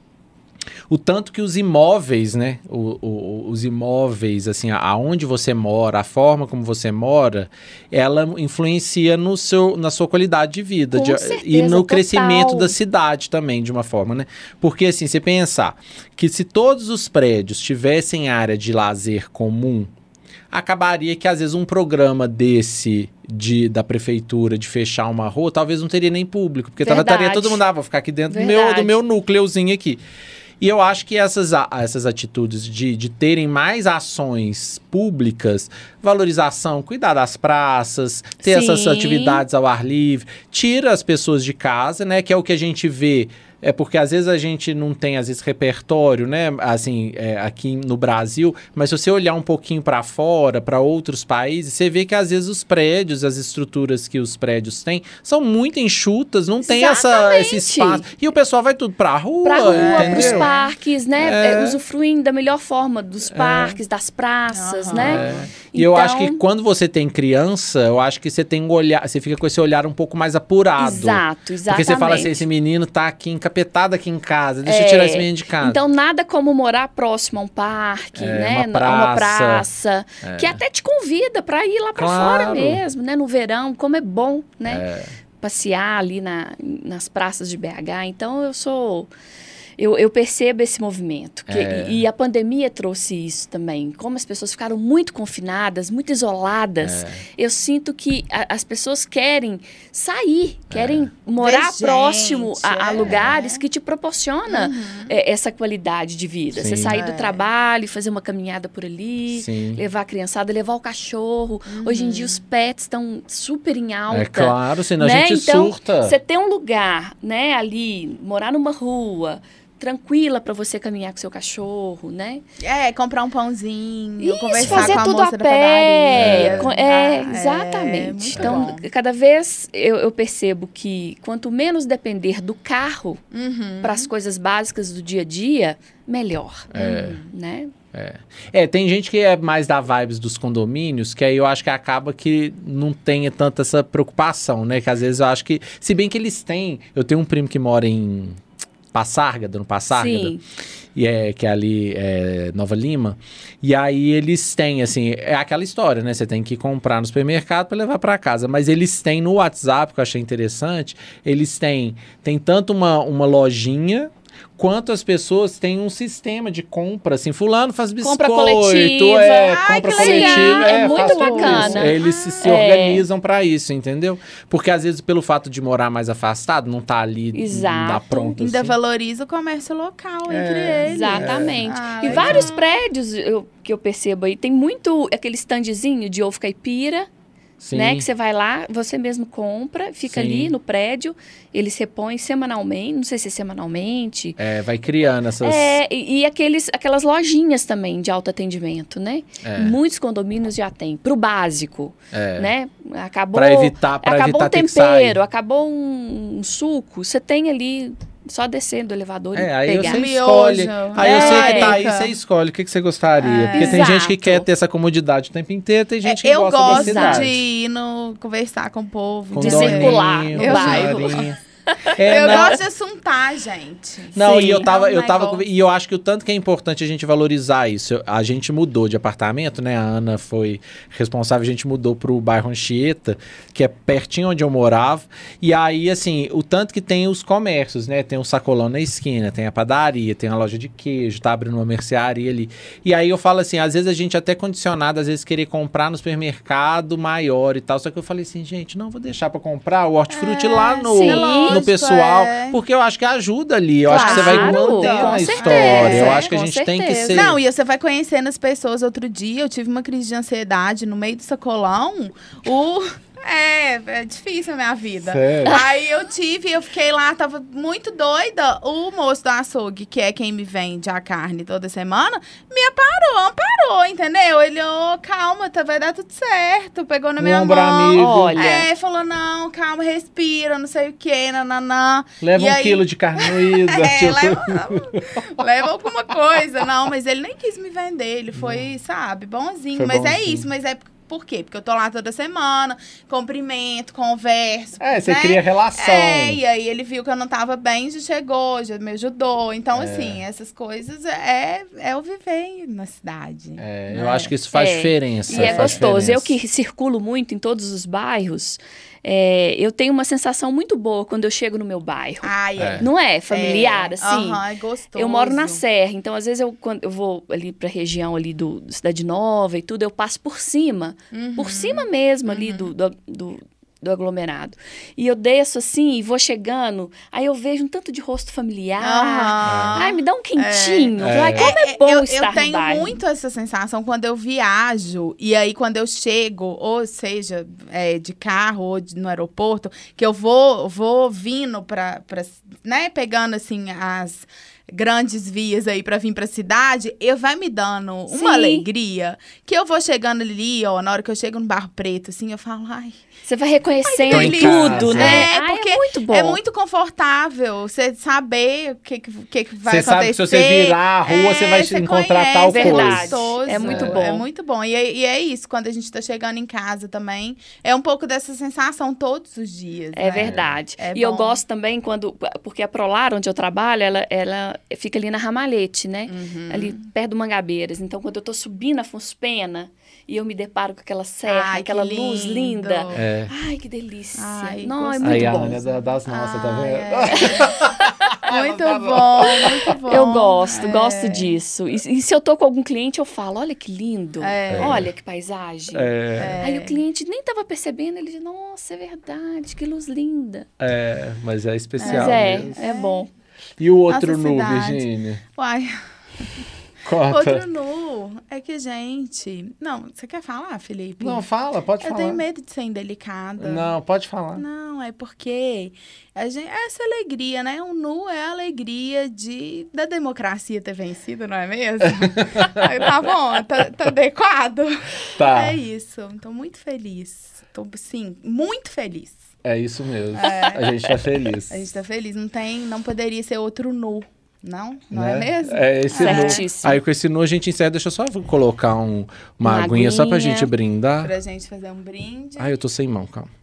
O tanto que os imóveis, né? O, o- os imóveis, assim, a- aonde você mora, a forma como você mora, ela influencia no seu, na sua qualidade de vida. Com de- certeza, e no total. crescimento da cidade também, de uma forma, né? Porque, assim, você pensar que se todos os prédios tivessem área de lazer comum, acabaria que, às vezes, um programa desse de, da prefeitura de fechar uma rua, talvez não teria nem público, porque tava, Verdade. estaria todo mundo, ah, vou ficar aqui dentro do meu, Verdade. do meu núcleozinho aqui. E eu acho que essas, a- essas atitudes de, de terem mais ações públicas, valorização, cuidar das praças, ter essas Sim. atividades ao ar livre, tira as pessoas de casa, né? Que é o que a gente vê. É porque às vezes a gente não tem, às vezes, repertório, né? Assim, é, aqui no Brasil. Mas se você olhar um pouquinho para fora, para outros países, você vê que às vezes os prédios, as estruturas que os prédios têm, são muito enxutas, não tem essa, esse espaço. E o pessoal vai tudo pra rua, Pra rua, entendeu? pros parques, né? É. É, usufruindo da melhor forma dos parques, das praças, Aham. né? É. E eu acho que Então- quando você tem criança, eu acho que você tem um olhar, você fica com esse olhar um pouco mais apurado. Exato, exatamente. Porque você fala assim, esse menino tá aqui encapetado aqui em casa, deixa eu É. tirar esse menino de casa. Então, nada como morar próximo a um parque, É, né? uma A uma praça. praça. Que até te convida para ir lá para Claro. fora mesmo, né? No verão, como é bom, né? Passear ali na, nas praças de B H. Então, eu sou... Eu, eu percebo esse movimento. Que, É. e, e a pandemia trouxe isso também. Como as pessoas ficaram muito confinadas, muito isoladas, É. eu sinto que a- as pessoas querem sair, querem morar Ver próximo gente, a, a é. lugares que te proporciona é, essa qualidade de vida. Você Sim. sair do É. trabalho, fazer uma caminhada por ali, Sim. levar a criançada, levar o cachorro. Hoje em dia os pets estão super em alta. É claro, senão né? a gente então, surta. você ter um lugar, né, ali, morar numa rua tranquila para você caminhar com seu cachorro, né? É, comprar um pãozinho, Isso, conversar fazer com a tudo moça a da pé. padaria. com- É, Ah, exatamente. muito então, bom. cada vez eu, eu percebo que quanto menos depender do carro Uhum. para as coisas básicas do dia a dia, melhor. É. Né? É, tem gente que é mais da vibes dos condomínios, que aí eu acho que acaba que não tenha tanta essa preocupação, né? Que às vezes eu acho que, se bem que eles têm, eu tenho um primo que mora em Passárgada, no Passárgada, Sim. e é, que é ali é, Nova Lima, e aí eles têm, assim, é aquela história, né? Você tem que comprar no supermercado para levar para casa, mas eles têm no WhatsApp, que eu achei interessante, eles têm, tem tanto uma, uma lojinha, quanto as pessoas têm um sistema de compra, assim, fulano faz biscoito, Compra coletiva. é, Ai, compra que legal. coletiva, É muito faz tudo bacana. isso. Eles se, se É. organizam para isso, entendeu? Porque às vezes pelo fato de morar mais afastado, não tá ali Exato. na pronta, Ainda assim. valoriza o comércio local É. entre eles. Exatamente. Ah, e legal. vários prédios eu- que eu percebo aí, tem muito aquele standzinho de ovo caipira, Sim. né? Que você vai lá, você mesmo compra, fica Sim. ali no prédio, eles repõem semanalmente, não sei se é semanalmente. É, vai criando essas... É, e, e aqueles, aquelas lojinhas também de autoatendimento, né? É. Muitos condomínios já têm, pro básico, É. né? Acabou, Pra evitar, pra acabou evitar um ter que sair. tempero, acabou um, um suco, você tem ali, só descer do elevador É, e aí pegar. você Miojo. escolhe. Aí eu sei que tá aí, É. você escolhe o que, que você gostaria. É. Porque tem gente que Exato. quer ter essa comodidade o tempo inteiro, tem gente que É, eu gosta gosto da cidade. de ir no, conversar com o povo. De Condomínio, circular no Eu- bairro. senhorinha. É, eu não, gosto de assuntar, gente. Não, Sim. e eu tava, É um eu tava, negócio. e eu acho que o tanto que é importante a gente valorizar isso. Eu- A gente mudou de apartamento, né? A Ana foi responsável, a gente mudou pro bairro Anchieta, que é pertinho onde eu morava. E aí, assim, o tanto que tem os comércios, né? Tem um sacolão na esquina, tem a padaria, tem a loja de queijo, tá abrindo uma mercearia ali. E aí eu falo assim, às vezes a gente é até condicionado, às vezes, querer comprar no supermercado maior e tal. Só que eu falei assim, gente, não vou deixar pra comprar o hortifruti É, lá no, sim. no lógico, pessoal, é. porque eu acho que ajuda ali. Eu acho que você vai Claro, mantendo com a certeza, história. Eu acho que a com gente tem que certeza. ser. Não, e você vai conhecendo as pessoas. Outro dia eu tive uma crise de ansiedade no meio do sacolão. O... É, é difícil a minha vida. Sério? Aí eu tive, eu fiquei lá, tava muito doida. O moço do açougue, que é quem me vende a carne toda semana, me aparou, amparou, entendeu? Ele, ô, calma, tá, vai dar tudo certo. Pegou na minha Ombro mão. amigo. Olha. É, falou, não, calma, respira, não sei o quê, nananã. Leva E um aí- quilo de carne moída. É, tipo. leva, leva alguma coisa. Não, mas ele nem quis me vender. Ele foi, sabe, bonzinho. Foi mas é bonzinho. isso, mas é por quê? Porque eu tô lá toda semana, cumprimento, converso. É, você né? cria relação. É, e aí ele viu que eu não tava bem, já chegou, já me ajudou. Então, É. assim, essas coisas é, é eu viver na cidade. É, né? eu acho que isso faz É, diferença. E é faz gostoso. Eu diferença. que circulo muito em todos os bairros, é, eu tenho uma sensação muito boa quando eu chego no meu bairro. Ai, é. Não é? Familiar, É, assim? aham, é gostoso. Eu moro na Serra, então às vezes eu, quando eu vou ali pra região ali do, do Cidade Nova e tudo, eu passo por cima, Uhum. por cima mesmo ali do, do, do, do aglomerado. E eu desço assim e vou chegando, aí eu vejo um tanto de rosto familiar. Aham. Ai, me dá um quentinho. É. Ai, como é, É, bom eu, estar eu tenho no bairro. muito essa sensação quando eu viajo. E aí, quando eu chego, ou seja, é, de carro ou de- no aeroporto, que eu vou, vou vindo pra, pra, né, pegando assim as grandes vias aí pra vir pra cidade, eu vai me dando uma Sim. alegria que eu vou chegando ali, ó, na hora que eu chego no Barro Preto, assim, eu falo, ai, Você vai reconhecendo Tô em tudo, casa. né? É, Ai, porque é muito bom. é muito confortável você saber o que, que, que que vai Você acontecer. sabe que se você virar a rua, você vai você encontrar conhece, tal é coisa. Verdade. gostoso, É muito bom. É muito bom. E é, e é isso, quando a gente tá chegando em casa também, é um pouco dessa sensação todos os dias. É né? verdade. É e eu bom. gosto também quando... Porque a Prolar, onde eu trabalho, ela, ela fica ali na Ramalhete, né? Uhum. Ali perto do Mangabeiras. Então, quando eu tô subindo a Afonso Pena e eu me deparo com aquela serra, Ai, que aquela luz lindo. linda. É. Ai, que delícia. Ai, Não, é gostoso. muito Aí a bom. Ana é da- das nossas, tá Ai, vendo? é. Muito bom, muito bom. Eu gosto, É. gosto disso. E, e se eu tô com algum cliente, eu falo, olha que lindo. É. Olha que paisagem. É, Aí o cliente nem tava percebendo, ele diz, nossa, é verdade, que luz linda. é, mas é especial Mas é, mesmo. é bom. E o outro Nossa nu, cidade. Virgínia? Uai, Conta. outro nu é que, gente... Não, você quer falar, Felipe? Não, fala, pode Eu falar. tenho medo de ser indelicada. Não, pode falar. Não, é porque a gente, essa alegria, né? O nu é a alegria de, da democracia ter vencido, não é mesmo? Aí, tá bom, tá, tá adequado? Tá, É isso, tô muito feliz. Tô, sim, muito feliz. é isso mesmo. A gente tá feliz. A gente tá feliz, não tem, não poderia ser outro nu, não? Não Né? é mesmo? É esse nu. Certíssimo. Aí com esse nu a gente encerra. Deixa eu só colocar um, uma, Uma aguinha só pra aguinha. gente brindar. Pra gente fazer um brinde. Ai, eu tô sem mão, calma.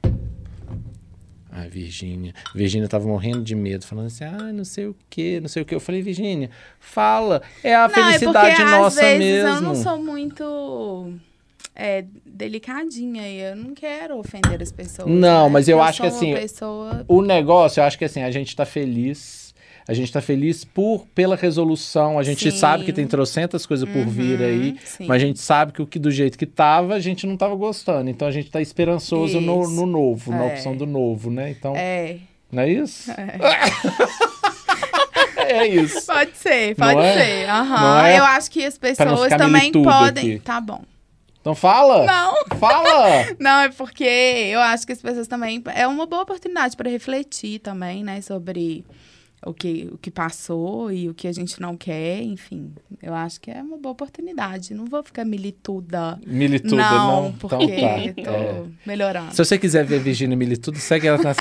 Ai, Virgínia. Virgínia tava morrendo de medo, falando assim, ah, não sei o quê, não sei o quê. Eu falei, Virgínia, fala, é a não, felicidade é porque, nossa às vezes, mesmo. eu não sou muito é, delicadinha e eu não quero ofender as pessoas. Não, né? mas eu Porque acho que sou assim, uma pessoa... O negócio, eu acho que assim, a gente tá feliz. A gente tá feliz por, pela resolução. A gente Sim. sabe que tem trocentas coisas por vir Uhum, aí. sim. Mas a gente sabe que o que do jeito que tava, a gente não tava gostando. Então a gente tá esperançoso no, Isso. no novo, na É. opção do novo, né? Então, É, não é isso? É, isso. pode ser, pode Não é? ser. Aham. Não é? Eu acho que as não pessoas ficar também militudo podem... aqui. Tá bom. Então fala! Não, Fala! não, é porque eu acho que as pessoas também... É uma boa oportunidade para refletir também, né? Sobre o que, o que passou e o que a gente não quer, enfim. Eu acho que é uma boa oportunidade. Não vou ficar milituda. Milituda, não, não? porque Então tá. tô É. melhorando. Se você quiser ver Virgínia Militudo, segue ela nas